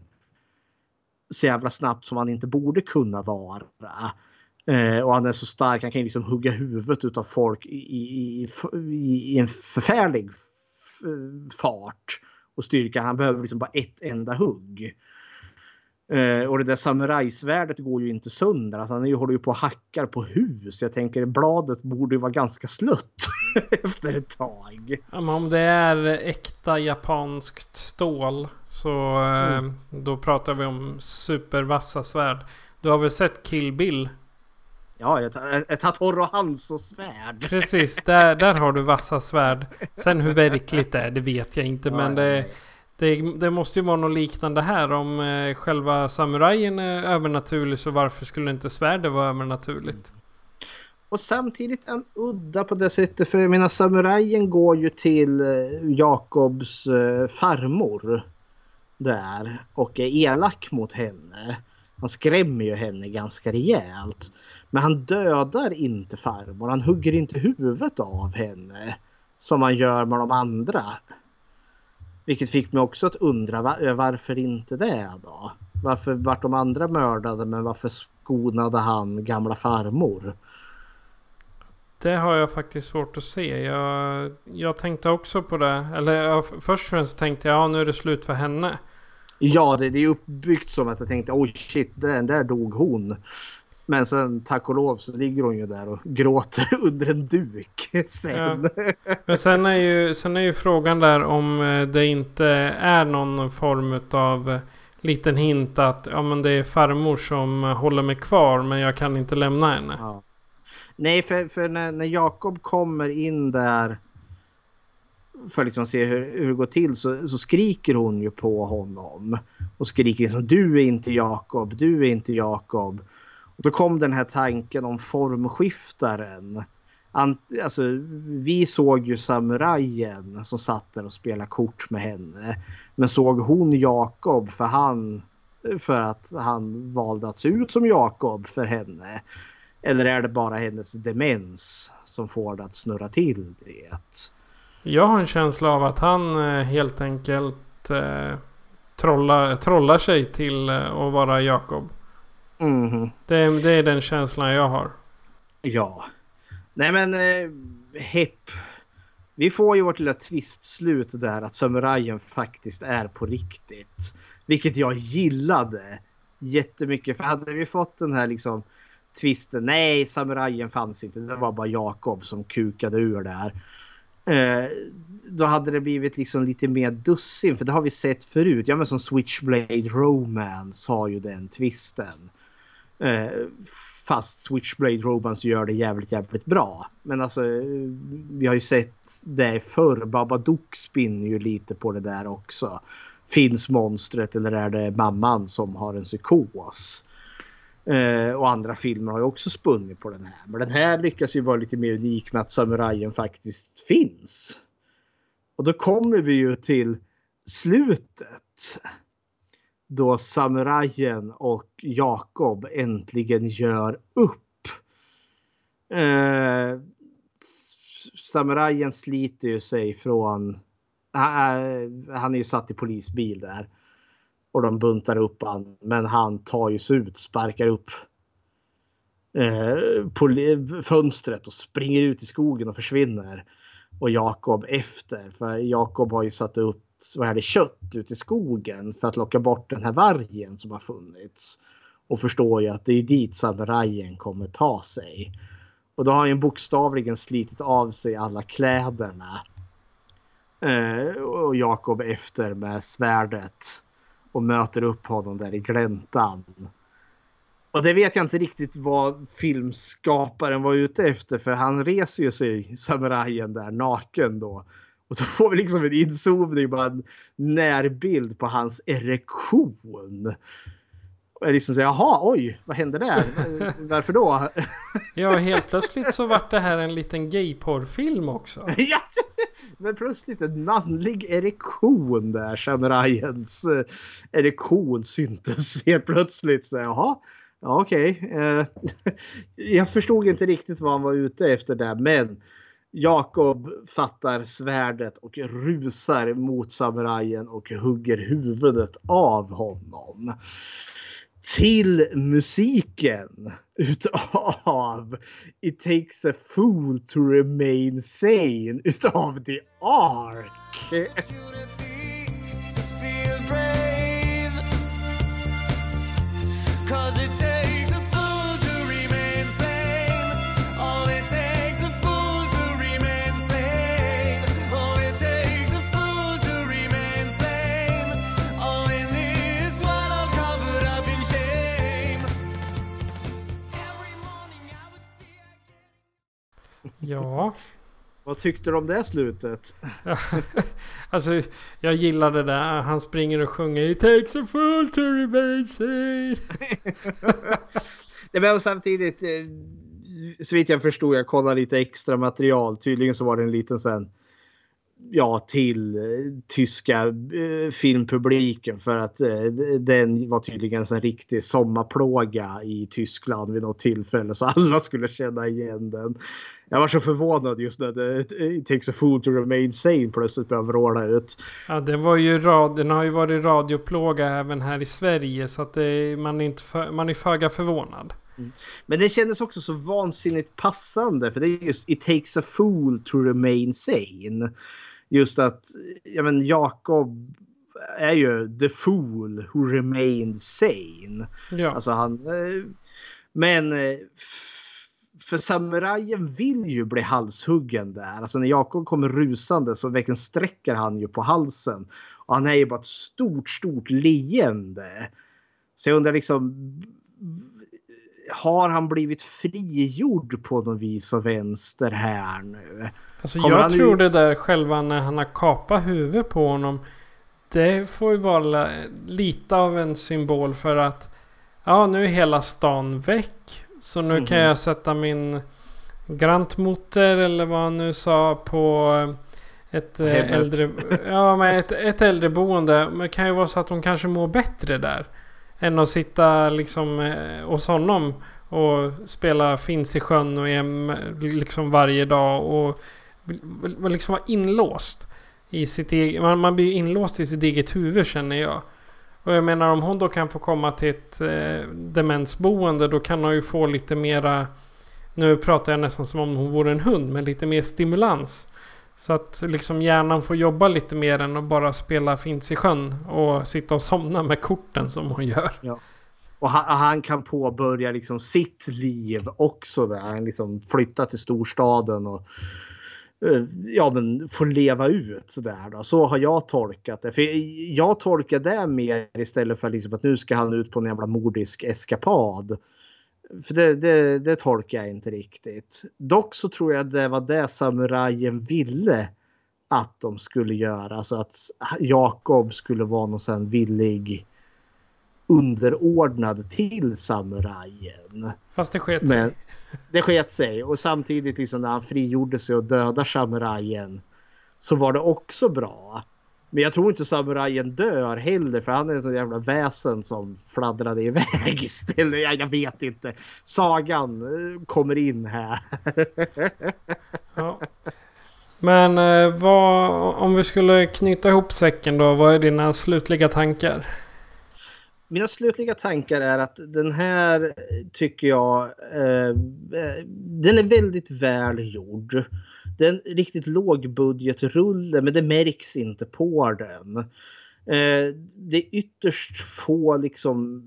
så jävla snabbt som han inte borde kunna vara. Eh, och han är så stark, han kan liksom hugga huvudet utav folk i, i, i, i en förfärlig f- fart och styrka. Han behöver liksom bara ett enda hugg. Eh, och det där samurajsvärdet går ju inte sönder. Alltså han är ju, håller ju på och hackar på hus. Jag tänker bladet borde ju vara ganska slött efter ett tag. Ja, men om det är äkta japanskt stål så eh, mm. då pratar vi om supervassa svärd. Du har väl sett Kill Bill? Ja, ett, ett Hattori Hanzo-svärd. Precis, där, där har du vassa svärd. Sen hur verkligt det är, det vet jag inte. Ja, men det, det, det måste ju vara något liknande här. Om eh, själva samurajen är övernaturlig, så varför skulle inte svärdet vara övernaturligt? Och samtidigt en udda på det sättet. För jag menar, samurajen går ju till eh, Jakobs eh, farmor där och är elak mot henne. Han skrämmer ju henne ganska rejält. Men han dödar inte farmor. Han hugger inte huvudet av henne som han gör med de andra. Vilket fick mig också att undra var, varför inte det då? Varför vart de andra mördade, men varför skonade han gamla farmor? Det har jag faktiskt svårt att se. Jag, jag tänkte också på det. Eller jag, först och främst tänkte jag, ja nu är det slut för henne. Ja, det, det är uppbyggt som att jag tänkte, oj shit, den där dog hon. Men sen tack och lov så ligger hon ju där och gråter under en duk sen. Ja. Men sen är, ju, sen är ju frågan där om det inte är någon form av liten hint att ja, men det är farmor som håller mig kvar, men jag kan inte lämna henne. Ja. Nej, för, för när, när Jakob kommer in där för att liksom se hur, hur det går till, så, så skriker hon ju på honom och skriker liksom, du är inte Jakob, du är inte Jakob. Och då kom den här tanken om formskiftaren. Ant, alltså, vi såg ju samurajen som satt där och spelade kort med henne. Men såg hon Jakob för, han, för att han valde att se ut som Jakob för henne? Eller är det bara hennes demens som får det att snurra till det? Jag har en känsla av att han eh, helt enkelt eh, trollar, trollar sig till eh, att vara Jakob. Mm-hmm. Det, det är den känslan jag har. Ja. Nej men eh, hepp. Vi får ju vårt lilla twistslut där att samurajen faktiskt är på riktigt. Vilket jag gillade jättemycket. För hade vi fått den här liksom twisten, nej samurajen fanns inte. Det var bara Jakob som kukade ur där. Eh, då hade det blivit liksom lite mer dussin. För det har vi sett förut. Ja men som Switchblade Romance har ju den twisten. Eh, fast Switchblade Romance gör det jävligt jävligt bra. Men alltså vi har ju sett det förr. Babadook spinner ju lite på det där också. Finns monstret eller är det mamman som har en psykos? Eh, och andra filmer har ju också spunnit på den här. Men den här lyckas ju vara lite mer unik med att samurajen faktiskt finns. Och då kommer vi ju till slutet. Då samurajen och Jakob äntligen gör upp. Eh, samurajen sliter ju sig från... Han, han är ju satt i polisbil där. Och de buntar upp han. Men han tar ju sig ut, sparkar upp eh, poli- fönstret och springer ut i skogen och försvinner. Och Jakob efter. För Jakob har ju satt upp vad är det, kött ute i skogen för att locka bort den här vargen som har funnits. Och förstår ju att det är dit samurajen kommer ta sig. Och då har han ju bokstavligen slitit av sig alla kläderna. Eh, och Jakob efter med svärdet. Och möter upp honom där i gläntan. Och det vet jag inte riktigt vad filmskaparen var ute efter. För han reser ju sig samurajen där naken då. Och så får vi liksom en inzoomning, bara en närbild på hans erektion. Och jag liksom säger, jaha, oj, vad hände där? Varför då? Ja, helt plötsligt så vart det här en liten gayporrfilm också. Ja, men plötsligt en manlig erektion där. Samurajens erektion syntes helt plötsligt. Så jaha, ja, okej. Okay. Jag förstod inte riktigt vad han var ute efter där, men Jakob fattar svärdet och rusar mot samurajen och hugger huvudet av honom. Till musiken utav It Takes a Fool to Remain Sane utav The Ark. Ja. Vad tyckte du om det slutet? Alltså, jag gillade det där. Han springer och sjunger It takes a fool to remain sane. Det var samtidigt, så vitt jag förstod, jag kollade lite extra material. Tydligen så var det en liten sen, ja, till tyska eh, filmpubliken. För att eh, den var tydligen en riktig sommarplåga i Tyskland vid något tillfälle. Så alla skulle känna igen den. Jag var så förvånad just när det It takes a fool to remain sane plötsligt började vråla ut. Ja, det var ju rad, den har ju varit radioplåga även här i Sverige. Så att det, man är inte för, man är föga förvånad. Mm. Men det kändes också så vansinnigt passande. För det är just It takes a fool to remain sane. Just att, ja men Jakob är ju the fool who remained sane. Ja. Alltså han, men för samurajen vill ju bli halshuggen där. Alltså när Jakob kommer rusande så verkligen sträcker han ju på halsen. Och han är ju bara ett stort, stort leende. Så jag undrar liksom, har han blivit frigjord på något vis och vänster här nu? Alltså jag tror ju... det där själva när han har kapat huvudet på honom, det får ju vara lite av en symbol för att ja, nu är hela stan väck. Så nu mm-hmm. kan jag sätta min grantmotor eller vad han nu sa på ett eh, äldre ja, men ett, ett äldreboende. Men det kan ju vara så att de kanske mår bättre där än att sitta liksom eh, hos honom och spela Finns i sjön och em, liksom varje dag och liksom vara inlåst i sitt eget, man, man blir inlåst i sitt eget huvud, känner jag. Och jag menar, om hon då kan få komma till ett eh, demensboende, då kan hon ju få lite mera, nu pratar jag nästan som om hon vore en hund, men lite mer stimulans. Så att liksom hjärnan får jobba lite mer än att bara spela Finns i sjön och sitta och somna med korten som hon gör. Ja. Och han, han kan påbörja liksom sitt liv också där. Han liksom flyttar till storstaden och ja, men får leva ut sådär då. Så har jag tolkat det. För jag tolkar det mer istället för liksom att nu ska han ut på en jävla mordisk eskapad. För det, det, det tolkar jag inte riktigt. Dock så tror jag att det var det samurajen ville att de skulle göra. Så att Jakob skulle vara någon sån villig underordnad till samurajen. Fast det sket sig. Men det sket sig. Och samtidigt liksom när han frigjorde sig och dödade samurajen så var det också bra. Men jag tror inte samurajen dör heller, för han är ett jävla väsen som fladdrade iväg istället. Jag, jag vet inte. Sagan kommer in här. Ja. Men eh, vad, om vi skulle knyta ihop säcken då, vad är dina slutliga tankar? Mina slutliga tankar är att den här tycker jag eh, den är väldigt väl gjord. Det är en riktigt lågbudgetrulle, men det märks inte på den. Eh, det är ytterst få liksom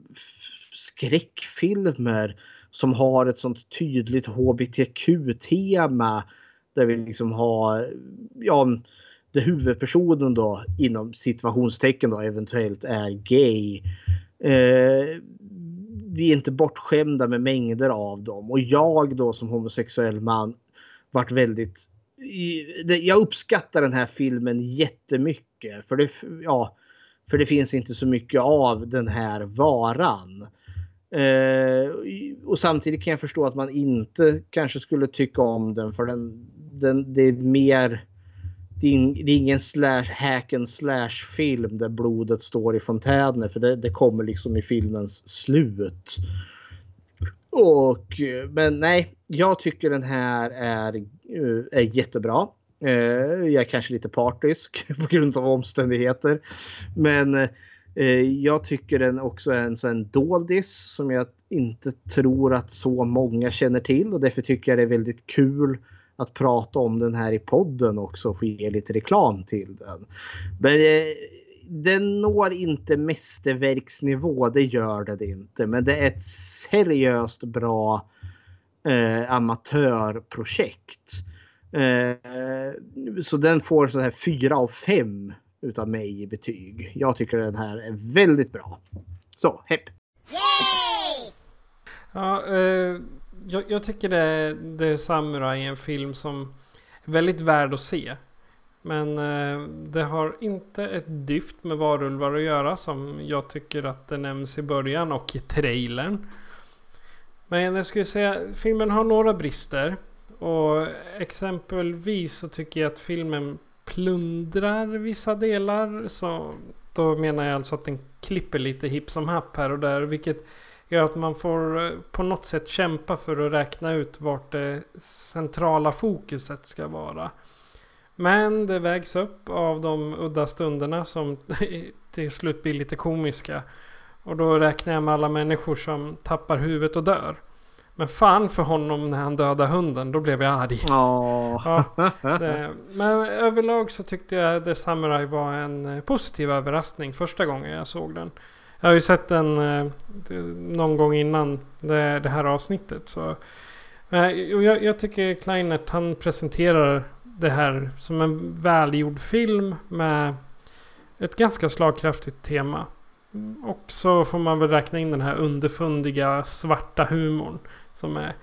skräckfilmer som har ett sånt tydligt H B T Q-tema där vi liksom har ja, det huvudpersonen då inom situationstecken då eventuellt är gay. Eh, vi är inte bortskämda med mängder av dem, och jag då som homosexuell man varit väldigt, jag uppskattar den här filmen jättemycket för det, ja, för det finns inte så mycket av den här varan. Eh, och samtidigt kan jag förstå att man inte kanske skulle tycka om den, för den, den det är mer det är, det är ingen slash hack and slash film där blodet står i fontäner, för det, det kommer liksom i filmens slut. Och men nej, jag tycker den här är, är jättebra. Jag är kanske lite partisk på grund av omständigheter, men jag tycker den också är en sån doldis som jag inte tror att så många känner till, och därför tycker jag det är väldigt kul att prata om den här i podden också och få ge lite reklam till den. Men eh, den når inte mästerverksnivå, det gör det inte. Men det är ett seriöst bra eh, amatörprojekt. Eh, så den får så här fyra av fem utav mig i betyg. Jag tycker den här är väldigt bra. Så, hepp! Yay! Ja, eh... Jag, jag tycker det, det är Samurai, en film som är väldigt värd att se. Men eh, det har inte ett dyft med varulvar att göra, som jag tycker att det nämns i början och i trailern. Men jag skulle säga filmen har några brister. Och exempelvis så tycker jag att filmen plundrar vissa delar. Så då menar jag alltså att den klipper lite hipp som happ här och där, vilket gör att man får på något sätt kämpa för att räkna ut vart det centrala fokuset ska vara. Men det vägs upp av de udda stunderna som till slut blir lite komiska. Och då räknar jag med alla människor som tappar huvudet och dör. Men fan för honom när han dödade hunden, då blev jag arg. Oh. Ja, det, men överlag så tyckte jag The Samurai var en positiv överraskning första gången jag såg den. Jag har ju sett den eh, någon gång innan det, det här avsnittet. Så Och jag, jag tycker Kleinert, han presenterar det här som en välgjord film med ett ganska slagkraftigt tema. Och så får man väl räkna in den här underfundiga svarta humorn som är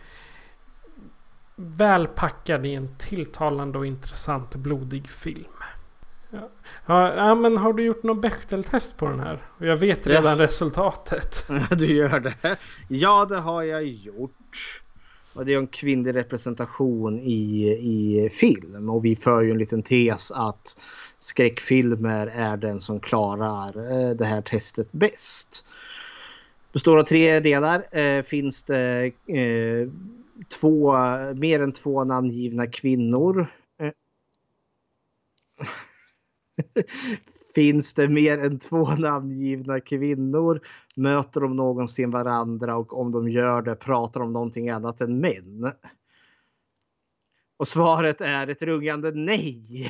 välpackad i en tilltalande och intressant blodig film. Ja. Ja, ja, men har du gjort någon Bechdel-test på den här? Och jag vet redan ja. resultatet. Du gör det. Ja, det har jag gjort. Och det är en kvinnlig representation i, i film. Och vi för ju en liten tes att skräckfilmer är den som klarar eh, det här testet bäst. Består av tre delar. Eh, finns det eh, två, mer än två namngivna kvinnor. Eh. Finns det mer än två namngivna kvinnor, möter de någonsin varandra, och om de gör det pratar de om någonting annat än män. Och svaret är ett rungande nej.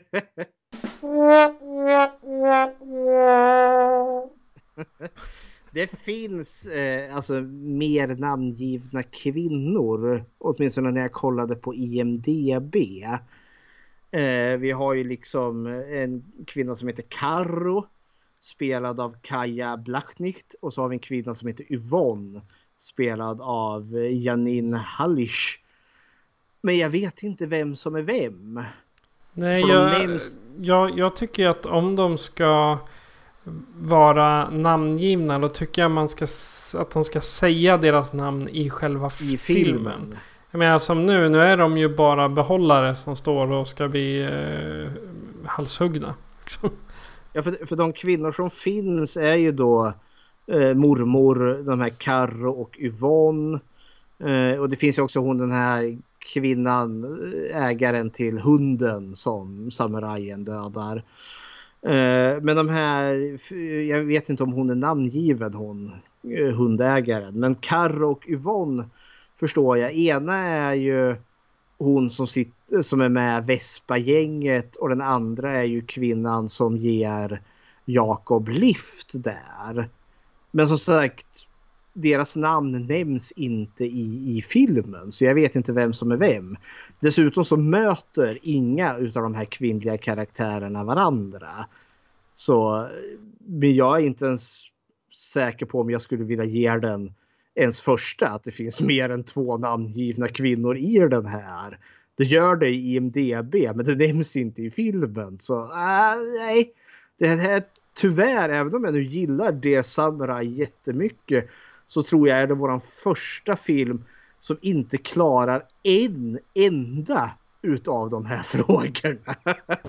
Det finns eh, alltså mer namngivna kvinnor, åtminstone när jag kollade på I M D B. Eh, vi har ju liksom en kvinna som heter Karo, spelad av Kaja Blachnicht, och så har vi en kvinna som heter Yvonne, spelad av Janine Hallisch. Men jag vet inte vem som är vem. Nej, jag, nämns... jag, jag tycker att om de ska vara namngivna, då tycker jag man ska, att de ska säga deras namn i själva I filmen. filmen. Jag menar som nu, nu är de ju bara behållare som står och ska bli eh, halshuggna. Ja, för, för de kvinnor som finns är ju då eh, mormor, de här Karo och Yvonne. Eh, och det finns ju också hon, den här kvinnan, ägaren till hunden som samurajen dödar. Eh, men de här, jag vet inte om hon är namngiven, hon eh, hundägaren. Men Karo och Yvonne förstår jag. Ena är ju hon som, sitter, som är med Vespa-gänget, och den andra är ju kvinnan som ger Jakob lift där. Men som sagt, deras namn nämns inte i, i filmen, så jag vet inte vem som är vem. Dessutom så möter inga utav de här kvinnliga karaktärerna varandra. Så men jag är inte ens säker på om jag skulle vilja ge den ens första, att det finns mer än två namngivna kvinnor i den här. Det gör det i I M D B, men det nämns inte i filmen. Så äh, nej, det här tyvärr, även om jag nu gillar det Samurai jättemycket, så tror jag är det våran första film som inte klarar en enda utav de här frågorna.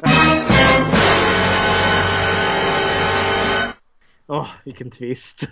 Åh, oh, vilken twist.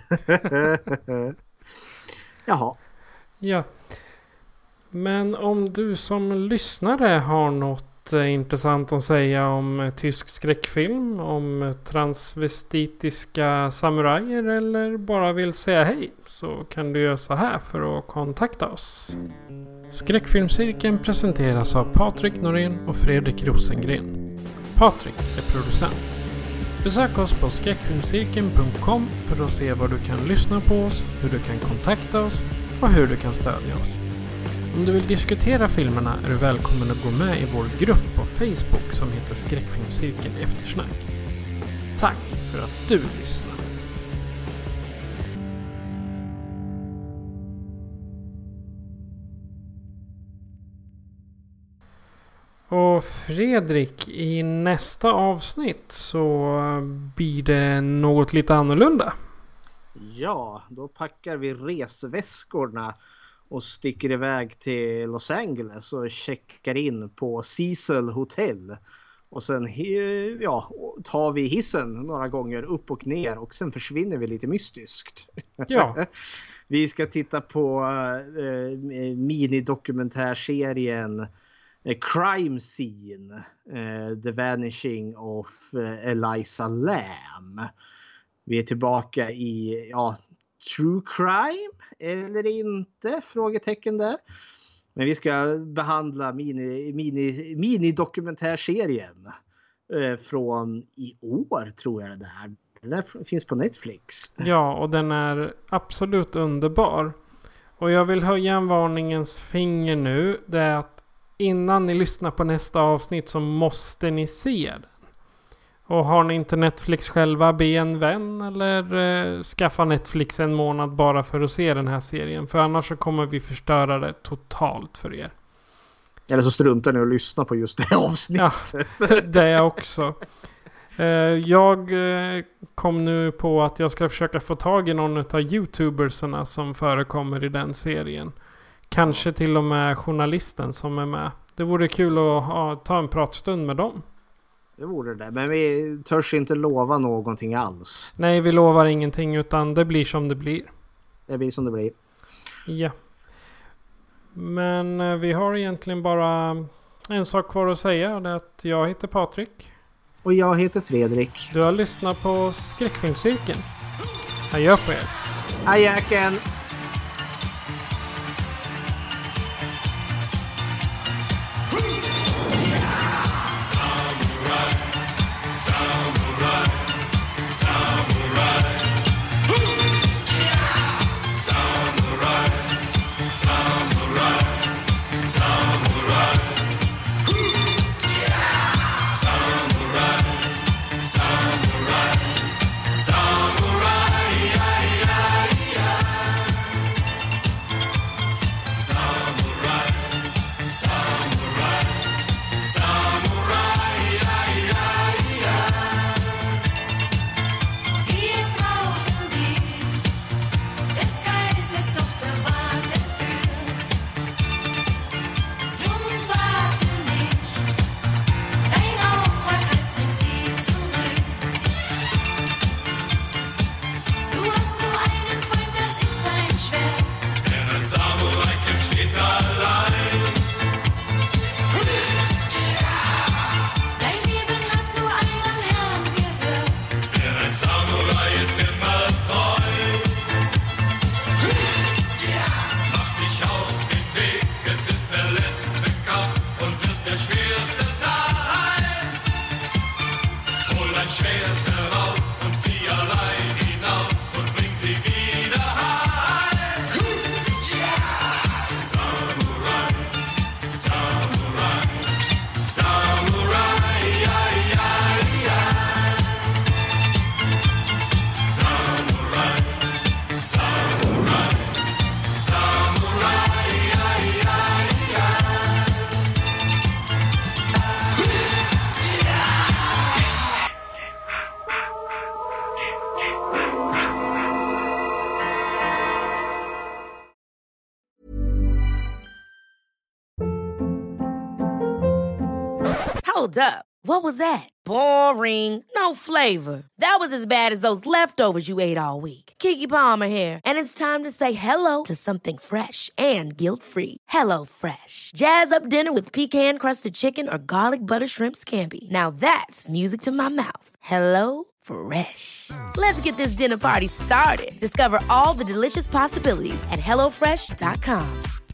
Jaha. Ja. Men om du som lyssnare har något eh, intressant att säga om eh, tysk skräckfilm, om eh, transvestitiska samurajer, eller bara vill säga hej, så kan du göra så här för att kontakta oss. Skräckfilmscirkeln presenteras av Patrik Norén och Fredrik Rosengren. Patrik är producent. Besök oss på skräckfilmscirkeln punkt com för att se var du kan lyssna på oss, hur du kan kontakta oss och hur du kan stödja oss. Om du vill diskutera filmerna är du välkommen att gå med i vår grupp på Facebook som heter Skräckfilmscirkeln Eftersnack. Tack för att du lyssnar. Och Fredrik, i nästa avsnitt så blir det något lite annorlunda. Ja, då packar vi resväskorna och sticker iväg till Los Angeles och checkar in på Cecil Hotel. Och sen ja, tar vi hissen några gånger upp och ner, och sen försvinner vi lite mystiskt. Ja. Vi ska titta på eh, minidokumentärserien Crime Scene, uh, The Vanishing of uh, Eliza Lam. Vi är tillbaka i ja, True Crime eller inte? Frågetecken där. Men vi ska behandla mini, mini, minidokumentärserien uh, från i år, tror jag det där. Den där finns på Netflix. Ja, och den är absolut underbar. Och jag vill höja en varningens finger nu. Det är att innan ni lyssnar på nästa avsnitt så måste ni se den. Och har ni inte Netflix själva, be en vän eller eh, skaffa Netflix en månad bara för att se den här serien. För annars så kommer vi förstöra det totalt för er. Eller så struntar ni och lyssnar på just det avsnittet. Ja, det är också. Eh, jag eh, kom nu på att jag ska försöka få tag i någon av YouTubersarna som förekommer i den serien. Kanske till och med journalisten som är med. Det vore kul att ha, ta en pratstund med dem. Det vore det, men vi törs inte lova någonting alls. Nej, vi lovar ingenting utan det blir som det blir. Det blir som det blir. Ja. Men eh, vi har egentligen bara en sak kvar att säga. Det är att jag heter Patrik. Och jag heter Fredrik. Du har lyssnat på Skräckfilmscirkeln. Adjö på er. Adjöken. Hold up. What was that? Boring. No flavor. That was as bad as those leftovers you ate all week. Keke Palmer here, and it's time to say hello to something fresh and guilt-free. Hello Fresh. Jazz up dinner with pecan-crusted chicken or garlic butter shrimp scampi. Now that's music to my mouth. Hello Fresh. Let's get this dinner party started. Discover all the delicious possibilities at hello fresh dot com.